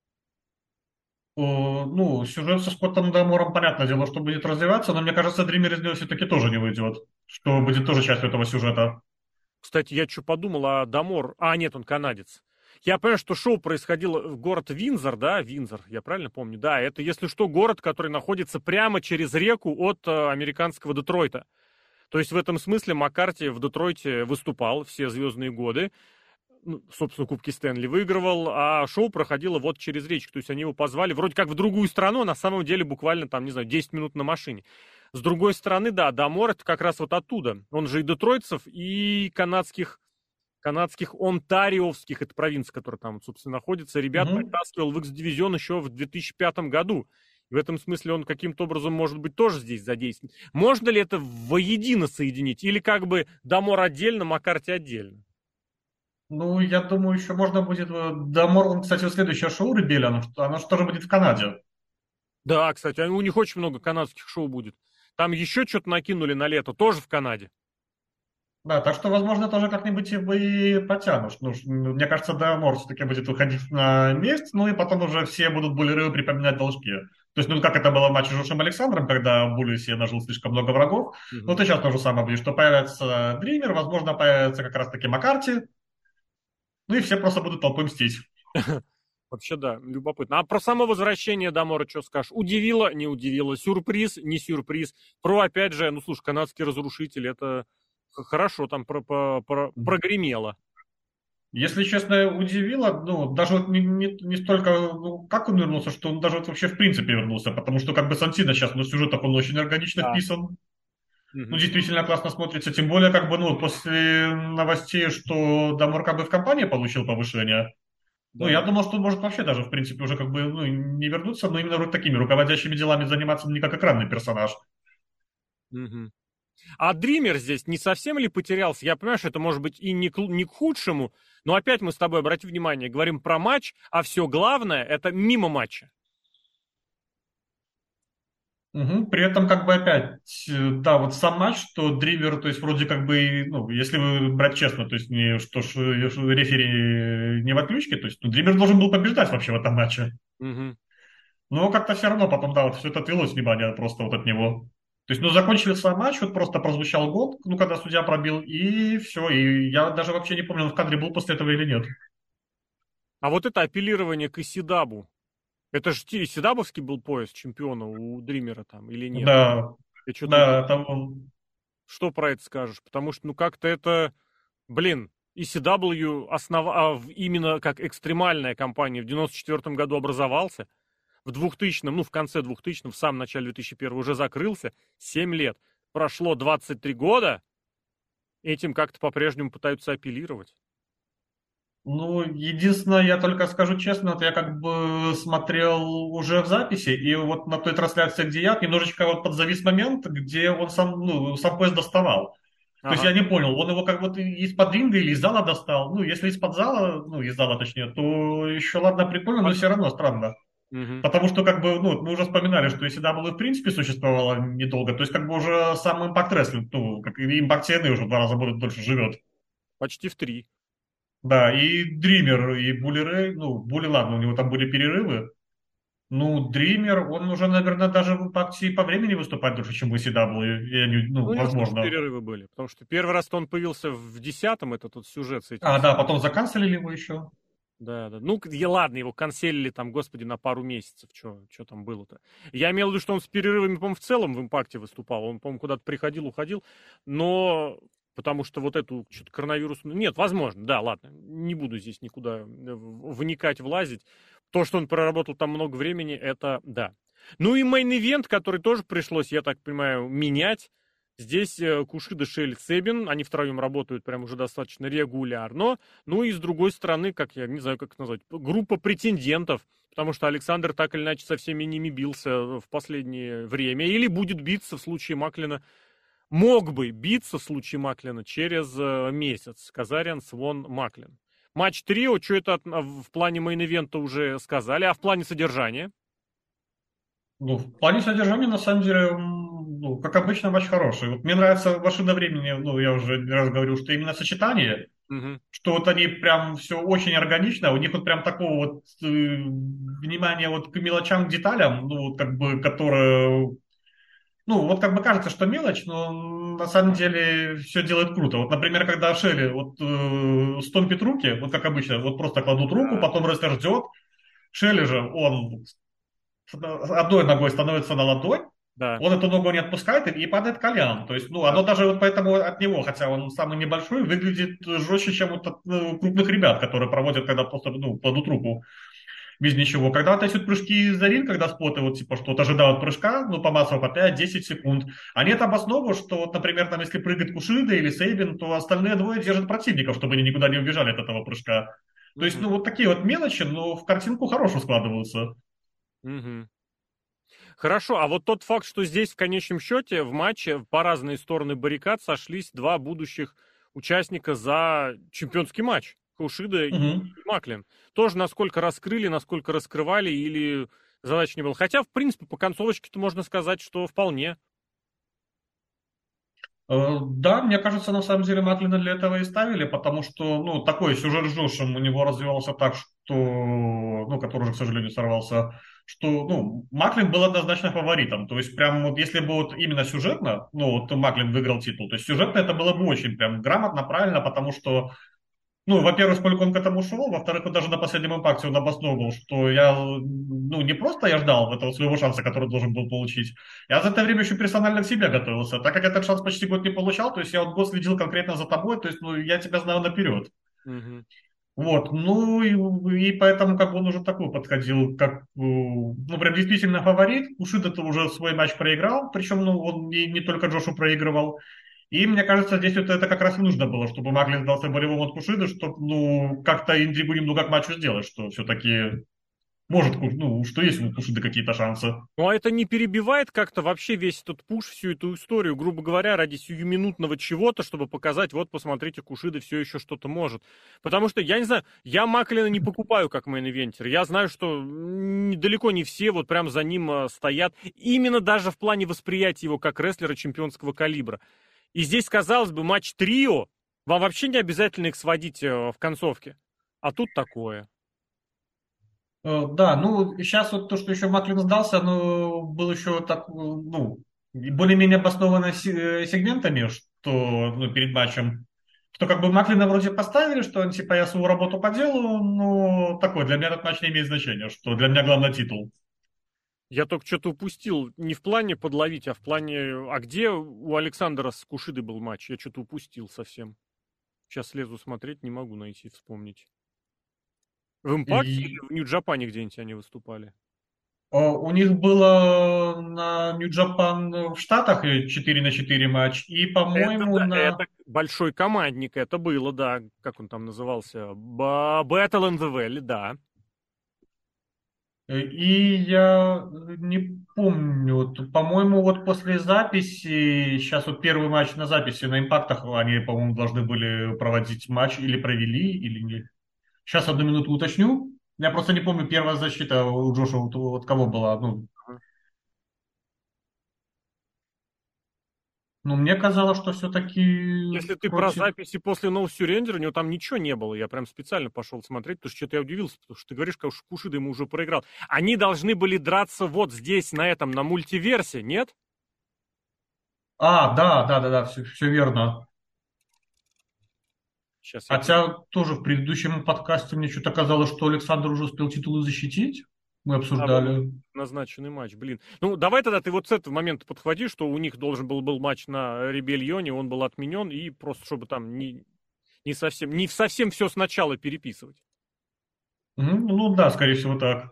Э, Ну, сюжет со Скоттом Дамором, понятное дело, что будет развиваться, но мне кажется, Дример из него все-таки тоже не выйдет, что будет тоже частью этого сюжета. Кстати, я что подумал, а Дамор... А, нет, он канадец. Я понимаю, что шоу происходило в город Винзор, да, Винзор, я правильно помню? Да, это, если что, город, который находится прямо через реку от э, американского Детройта. То есть в этом смысле Маккарти в Детройте выступал все звездные годы, ну, собственно, Кубки Стэнли выигрывал, а шоу проходило вот через речку. То есть они его позвали вроде как в другую страну, а на самом деле буквально там, не знаю, десять минут на машине. С другой стороны, да, Дамор это как раз вот оттуда. Он же и детройтцев, и канадских, канадских онтариовских, это провинция, которая там, собственно, находится, ребят Мгм. притаскивал в X-дивизион еще в две тысячи пятом году. И в этом смысле он каким-то образом может быть тоже здесь задействован. Можно ли это воедино соединить? Или как бы Дамор отдельно, Маккарти отдельно? Ну, я думаю, еще можно будет... э, Дамор, он, кстати, вот следующее шоу Ребелиан, оно же тоже будет в Канаде. Да, кстати, а у них очень много канадских шоу будет. Там еще что-то накинули на лето, тоже в Канаде. Да, так что, возможно, тоже как-нибудь его и потянут. Ну, ш- мне кажется, Дамор все-таки будет выходить на месть, ну и потом уже все будут Буллеры припоминать должки. То есть, ну, как это было в матче с Жошем Александром, когда Булли себе нажил слишком много врагов. Вот Мгм. и сейчас то же самое будет, что появится Дример, возможно, появится как раз-таки Маккарти, ну и все просто будут толпой мстить. Вообще, да, любопытно. А про само возвращение Дамора что скажешь? Удивило, не удивило. Сюрприз, не сюрприз. Про, опять же, ну, слушай, канадский разрушитель, это х- хорошо там про про про- прогремело. Если честно, удивило, ну, даже вот не, не, не столько, ну, как он вернулся, что он даже вот вообще в принципе вернулся, потому что как бы Сантино сейчас на сюжетах он очень органично Да. вписан, ну, Мгм. действительно классно смотрится, тем более, как бы, ну, после новостей, что Дамор как бы в компании получил повышение, ну, я Да. думал, что он может вообще даже, в принципе, уже как бы, ну, не вернуться, но именно вот такими руководящими делами заниматься, ну, не как экранный персонаж. Мгм. А Дример здесь не совсем ли потерялся? Я понимаю, что это может быть и не к, не к худшему, Но опять мы с тобой, обрати внимание, говорим про матч, а все главное это мимо матча. Угу. При этом, как бы опять, э, да, вот сам матч, что Дример, то есть вроде как бы, ну, если вы брать честно, то есть не что ж э, что рефери не в отключке, то есть ну, Дример должен был побеждать вообще в этом матче. Угу. Но как-то все равно потом, да, вот все это отвелось внимание просто вот от него. То есть, ну, закончили сам матч, вот просто прозвучал гол, ну, когда судья пробил, и все. И я даже вообще не помню, он в кадре был после этого или нет. А вот это апеллирование к Исидабу, это же Исидабовский был пояс чемпиона у Дримера там или нет? Да, Я что-то не... да, там он... Что про это скажешь? Потому что, ну, как-то это, блин, и си дабл ю основ... а, именно как экстремальная компания в девяносто четвёртом году образовался, в двухтысячном, ну, в конце двухтысячного, в самом начале две тысячи первого уже закрылся, семь лет. Прошло двадцать три года, этим как-то по-прежнему пытаются апеллировать. Ну, единственное, я только скажу честно, это я как бы смотрел уже в записи, и вот на той трансляции, где я, немножечко вот подзавис момент, где он сам, ну, сам поезд доставал. То есть Ага. я не понял, он его как вот из-под ринга или из зала достал. Ну, если из-под зала, ну, из зала точнее, то еще ладно, прикольно, но Под- все равно странно. Мгм. Потому что, как бы, ну, мы уже вспоминали, что если дабл ю в принципе существовало недолго, то есть, как бы, уже сам Impact Wrestling, ну, как и Impact ти эн эй уже в два раза будет дольше живет. Почти в три. Да, и Дример, и Булли Рэй, ну, Булли, ладно, у него там были перерывы. Ну, Дример, он уже, наверное, даже в Impact по времени выступать дольше, чем в и си дабл ю, я не- Ну, ну, у него же тоже возможно. перерывы были, потому что первый раз он появился в десятом, это тот сюжет с этим. А, да, потом заканцелили его еще. Да, да. Ну, и ладно, его канцелили там, господи, на пару месяцев. Что там было-то? Я имел в виду, что он с перерывами, по-моему, в целом в «Импакте» выступал. Он, по-моему, куда-то приходил, уходил. Но потому что вот эту что-то коронавирус... Нет, возможно, да, ладно. Не буду здесь никуда э, вникать, влазить. То, что он проработал там много времени, это да. Ну и мейн-ивент, который тоже пришлось, я так понимаю, менять. Здесь э, Кушида, Шелли, Цебин, они втроем работают прям уже достаточно регулярно. Ну и с другой стороны, как я не знаю, как это назвать, группа претендентов, потому что Александр так или иначе со всеми ними бился в последнее время, или будет биться в случае Маклина, мог бы биться в случае Маклина через э, месяц. Казарян, Свон, Маклин. Матч трио, что это от- в плане мейн-ивента уже сказали, а в плане содержания? Ну, в плане содержания, на самом деле, м, ну, как обычно, матч хороший. Вот мне нравится машина времени, ну, я уже не раз говорю, что именно сочетание, Мгм. что вот они прям все очень органично, у них вот прям такого вот э, внимания вот к мелочам, к деталям, ну, вот как бы, которое, ну, вот как бы кажется, что мелочь, но на самом деле все делает круто. Вот, например, когда Шелли вот э, стомпит руки, вот как обычно, вот просто кладут руку, Да, потом рестлер ждет, Шелли же, он с одной ногой становится на ладонь, да. он эту ногу не отпускает и падает колен. То есть, ну, оно даже вот поэтому от него, хотя он самый небольшой, выглядит жестче, чем вот от ну, крупных ребят, которые проводят, когда просто, ну, кладут руку без ничего. Когда вот эти вот прыжки из-за ринг, когда споты вот типа что-то ожидают прыжка, ну, по массово по пять-десять секунд, они это обосновывают, что вот, например, там, если прыгает Кушида или Сейбин, то остальные двое держат противников, чтобы они никуда не убежали от этого прыжка. То есть, Мгм. ну, вот такие вот мелочи, но в картинку хорошо складываются. Мгм. Хорошо, а вот тот факт, что здесь в конечном счете в матче по разные стороны баррикад сошлись два будущих участника за чемпионский матч. Кушида и Мгм. Маклин. Тоже насколько раскрыли, насколько раскрывали или задач не было. Хотя, в принципе, по концовочке-то можно сказать, что вполне. Э, Да, мне кажется, на самом деле Маклина для этого и ставили, потому что, ну, такой сюжет с Джошем у него развивался так, что, ну, который уже, к сожалению, сорвался, что, ну, Маклин был однозначно фаворитом. То есть, прям вот если бы вот именно сюжетно, ну, вот Маклин выиграл титул, то есть сюжетно это было бы очень прям грамотно, правильно, потому что ну, во-первых, сколько он к этому шел, во-вторых, вот даже на последнем импакте он обосновывал, что я, ну, не просто я ждал этого своего шанса, который должен был получить, я за это время еще персонально к себе готовился, так как этот шанс почти год не получал, то есть я вот год следил конкретно за тобой, то есть, ну, я тебя знаю наперед. Мгм. Вот, ну, и, и поэтому как бы он уже такой подходил, как, э, ну, прям действительно фаворит. Кушид это уже свой матч проиграл, причем, ну, он не, не только Джошу проигрывал. И мне кажется, здесь вот это как раз и нужно было, чтобы Маклин сдался болевому от Кушида, чтобы, ну, как-то интригу немного к матчу сделать, что все-таки Может, ку- ну, что есть у Кушиды какие-то шансы. Ну, а это не перебивает как-то вообще весь этот пуш, всю эту историю, грубо говоря, ради сиюминутного чего-то, чтобы показать, вот, посмотрите, Кушида все еще что-то может. Потому что, я не знаю, я Маклина не покупаю как мейн-ивентер. Я знаю, что м, далеко не все вот прям за ним э, стоят. Именно даже в плане восприятия его как рестлера чемпионского калибра. И здесь, казалось бы, матч трио, вам вообще не обязательно их сводить э, в концовке. А тут такое. Э, Да, ну, сейчас вот то, что еще Маклин сдался, оно было еще так, э, ну, и более-менее обоснованно си- э, сегментами, что, ну, перед матчем, что как бы Маклина вроде поставили, что он, типа, я свою работу по делу, но такой, для меня этот матч не имеет значения, что для меня главный титул. Я только что-то упустил. Не в плане подловить, а в плане... А где у Александра с Кушидой был матч? Я что-то упустил совсем. Сейчас лезу смотреть, не могу найти, вспомнить. В Импакте или И в Нью-Джапане где-нибудь они выступали? э, у них было на Нью-Джапан в Штатах э, четыре на четыре матч, и, Это по-моему, да, это на... большой командник, это было, да. Как он там назывался? Ба- Battle in the Valley, да. Э, И я не помню, вот, по-моему, вот после записи, сейчас вот первый матч на записи на импактах, они, по-моему, должны были проводить матч или провели, или не. Сейчас одну минуту уточню. Я просто не помню, первая защита у Джоша вот, вот кого была. Ну, ну, мне казалось, что все-таки Если ты про против... записи после No Surrender, у него там ничего не было. Я прям специально пошел смотреть, потому что что-то я удивился, потому что ты говоришь, как Кушида ему уже проиграл. Они должны были драться вот здесь, на этом, на мультиверсе, нет? А, да, да, да, да, все, все верно. Сейчас я... Хотя тоже в предыдущем подкасте мне что-то казалось, что Александр уже успел титулы защитить. Мы Да, был обсуждали. назначенный матч, блин. Ну, давай тогда ты вот с этого момента подхвати, что у них должен был, был матч на Ребельоне, он был отменен, и просто чтобы там не, не совсем, не совсем все сначала переписывать. Мгм. Ну да, скорее всего так.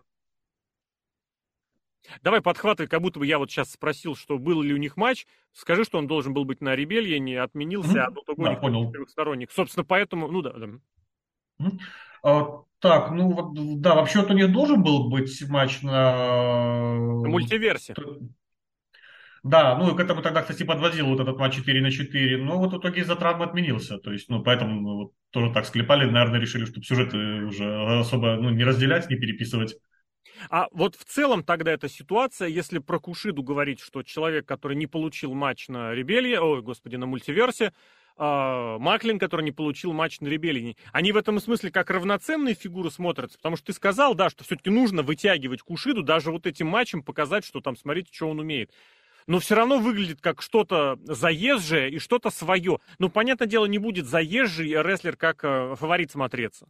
Давай подхватывай, как будто бы я вот сейчас спросил, что был ли у них матч. Скажи, что он должен был быть на Ребельоне, отменился, а Мгм. до того у Да, них там понял. четырехсторонник. Собственно, поэтому, ну да, да. Мгм. А, так, ну вот, да, вообще-то у них должен был быть матч На на... мультиверсе. Да, ну и к этому тогда, кстати, подводил вот этот матч четыре на четыре, но вот в итоге из-за травмы отменился. То есть, ну, поэтому ну, вот тоже так склепали, наверное, решили, чтобы сюжеты уже особо ну, не разделять, не переписывать. А вот в целом тогда эта ситуация, если про Кушиду говорить, что человек, который не получил матч на Ребелье, ой, господи, на мультиверсе, а, Маклин, который не получил матч на Ребелине, они в этом смысле как равноценные фигуры смотрятся, потому что ты сказал, да, что все-таки нужно вытягивать Кушиду, даже вот этим матчем показать, что там, смотрите, что он умеет. Но все равно выглядит как что-то заезжее и что-то свое. Ну, понятное дело, не будет заезжий рестлер как э, фаворит смотреться.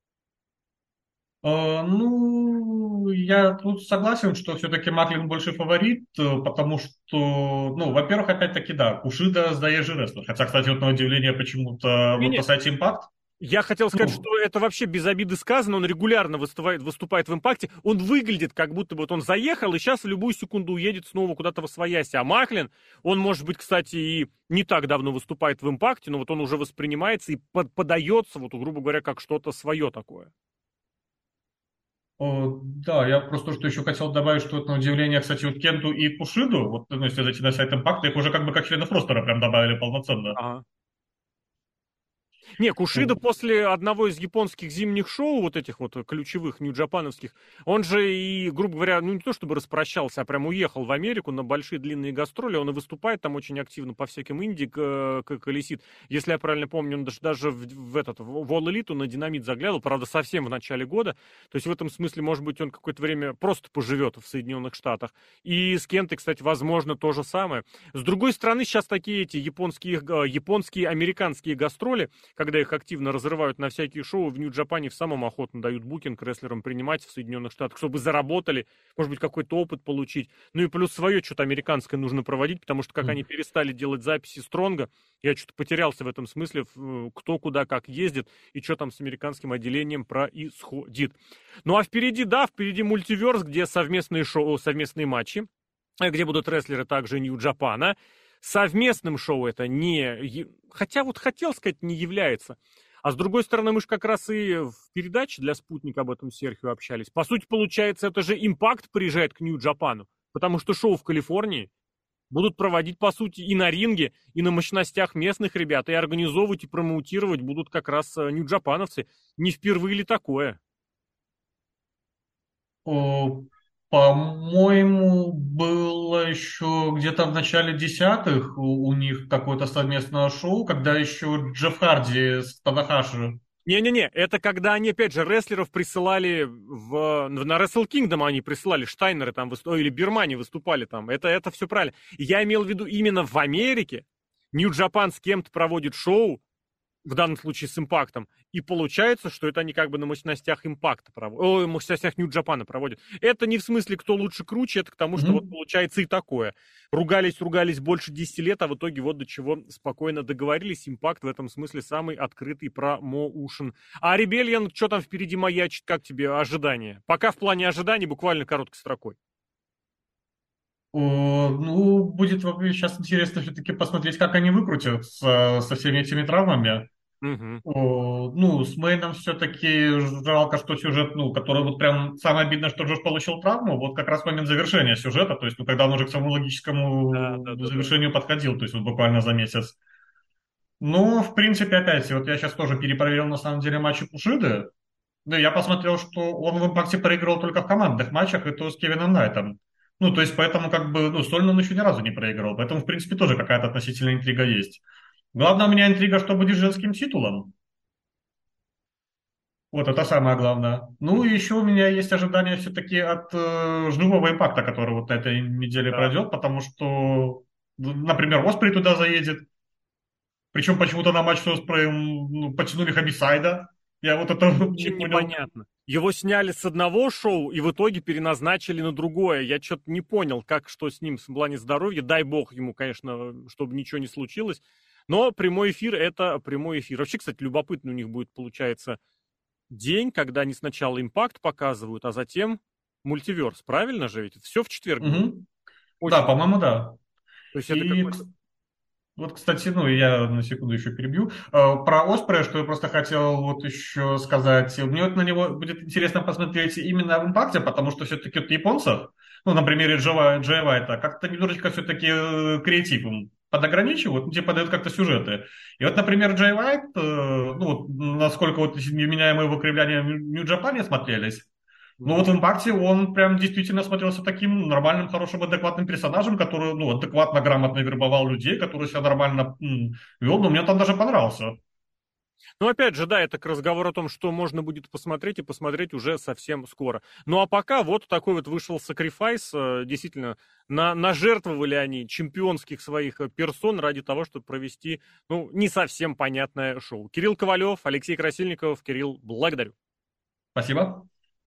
А, ну, я тут согласен, что все-таки Маклин больше фаворит, э, потому что, ну, во-первых, опять-таки, да, Кушида заезжий рестлер. Хотя, кстати, вот на удивление почему-то вот на Не-не, сайте Impact, я хотел сказать, ну, что это вообще без обиды сказано, он регулярно выступает, выступает в импакте, он выглядит, как будто бы вот он заехал и сейчас в любую секунду уедет снова куда-то во свояси. А Маклин, он, может быть, кстати, и не так давно выступает в импакте, но вот он уже воспринимается и под, подается, вот, грубо говоря, как что-то свое такое. О, да, я просто что еще хотел добавить, что вот на удивление, кстати, вот Кенту и Кушиду, вот, ну, если зайти на сайт Импакта, их уже как бы как членов ростера прям добавили полноценно. Ага. Не, Кушида после одного из японских зимних шоу, вот этих вот ключевых, нью-джапановских, он же и, грубо говоря, ну не то чтобы распрощался, а прям уехал в Америку на большие длинные гастроли, он и выступает там очень активно по всяким инди, к- к- колесит. Если я правильно помню, он даже, даже в, в этот, в All Elite на Динамит заглядывал, правда, совсем в начале года, то есть в этом смысле, может быть, он какое-то время просто поживет в Соединенных Штатах. И с Кентой, кстати, возможно, то же самое. С другой стороны, сейчас такие эти японские, э, японские, американские гастроли, когда их активно разрывают на всякие шоу, в Нью-Джапане в самом охотно дают букинг рестлерам принимать в Соединенных Штатах, чтобы заработали, может быть, какой-то опыт получить. Ну и плюс свое что-то американское нужно проводить, потому что как они перестали делать записи Стронга, я что-то потерялся в этом смысле, кто куда как ездит и что там с американским отделением происходит. Ну а впереди, да, впереди мультиверс, где совместные шоу, совместные матчи, где будут рестлеры также Нью-Джапана. Совместным шоу это не... Хотя вот хотел сказать, не является. А с другой стороны, мы же как раз и в передаче для «Спутника» об этом Серхио общались. По сути, получается, это же «Импакт» приезжает к Нью-Джапану, потому что шоу в Калифорнии будут проводить, по сути, и на ринге, и на мощностях местных ребят, и организовывать, и промоутировать будут как раз нью-джапановцы. Не впервые ли такое? О, по-моему, было еще где-то в начале десятых у, у них какое-то совместное шоу, когда еще Джефф Харди с Танахаши. Не-не-не, это когда они, опять же, рестлеров присылали в, на Wrestle Kingdom, они присылали, Штайнеры там выступали, или Бирмани выступали там. Это, это все правильно. Я имел в виду именно в Америке Нью-Джапан с кем-то проводит шоу, в данном случае с импактом, и получается, что это они как бы на мощностях импакта проводят, о, мощностях Нью-Джапана проводят. Это не в смысле, кто лучше круче, это к тому, что Мгм. вот получается и такое. Ругались, ругались больше десяти лет, а в итоге вот до чего спокойно договорились. Импакт в этом смысле самый открытый промоушен. А Ребельян, что там впереди маячит, как тебе ожидания? Пока в плане ожиданий буквально короткой строкой. О, ну, будет вообще сейчас интересно все-таки посмотреть, как они выкрутят со, со всеми этими травмами. Угу. О, ну, с Мэйном все-таки жалко, что сюжет, ну, который вот прям самое обидно, что Джош получил травму, вот как раз момент завершения сюжета, то есть, ну, когда он уже к своему Да, логическому да, да, да. завершению подходил, то есть, вот буквально за месяц. Ну, в принципе, опять, вот я сейчас тоже перепроверил, на самом деле, матчи Кушиды, да, я посмотрел, что он в импакте проигрывал только в командных матчах, и то с Кевином Найтом. Ну, то есть, поэтому, как бы, ну, сольно он еще ни разу не проигрывал, поэтому, в принципе, тоже какая-то относительная интрига есть. Главное у меня интрига, что будет с женским титулом. Вот это самое главное. Ну и еще у меня есть ожидания все-таки от э, живого импакта, который вот на этой неделе Да. пройдет, потому что, ну, например, Оспрей туда заедет, причем почему-то на матч с Оспреем ну, потянули Хабисайда. Я вот это не Очень понял. непонятно. Его сняли с одного шоу и в итоге переназначили на другое. Я что-то не понял, как, что с ним в плане здоровья. Дай бог ему, конечно, чтобы ничего не случилось. Но прямой эфир — это прямой эфир. Вообще, кстати, любопытно у них будет, получается, день, когда они сначала импакт показывают, а затем мультиверс. Правильно же ведь? Все в четверг будет. Мгм. Да, Очень. по-моему, да. То есть это И, какой-то... кс- вот, кстати, ну, я на секунду еще перебью. Э, Про Оспрея, что я просто хотел вот еще сказать. Мне вот на него будет интересно посмотреть именно в импакте, потому что все-таки вот японцев, ну, на примере Джева, Джея Вайта, как-то немножечко все-таки креатив им подограничивают, ну, типа дают как-то сюжеты. И вот, например, Джей Вайт, э, ну, вот, насколько вот невменяемые его кривляния в Нью-Джапане смотрелись, ну вот в «Импакте» он прям действительно смотрелся таким нормальным, хорошим, адекватным персонажем, который, ну, адекватно, грамотно вербовал людей, который себя нормально м, вел, но мне там даже понравился. Ну, опять же, да, это к разговору о том, что можно будет посмотреть и посмотреть уже совсем скоро. Ну, а пока вот такой вот вышел сакрифайс. э, Действительно, на, нажертвовали они чемпионских своих э, персон ради того, чтобы провести, ну, не совсем понятное шоу. Кирилл Ковалев, Алексей Красильников. Кирилл, благодарю. Спасибо.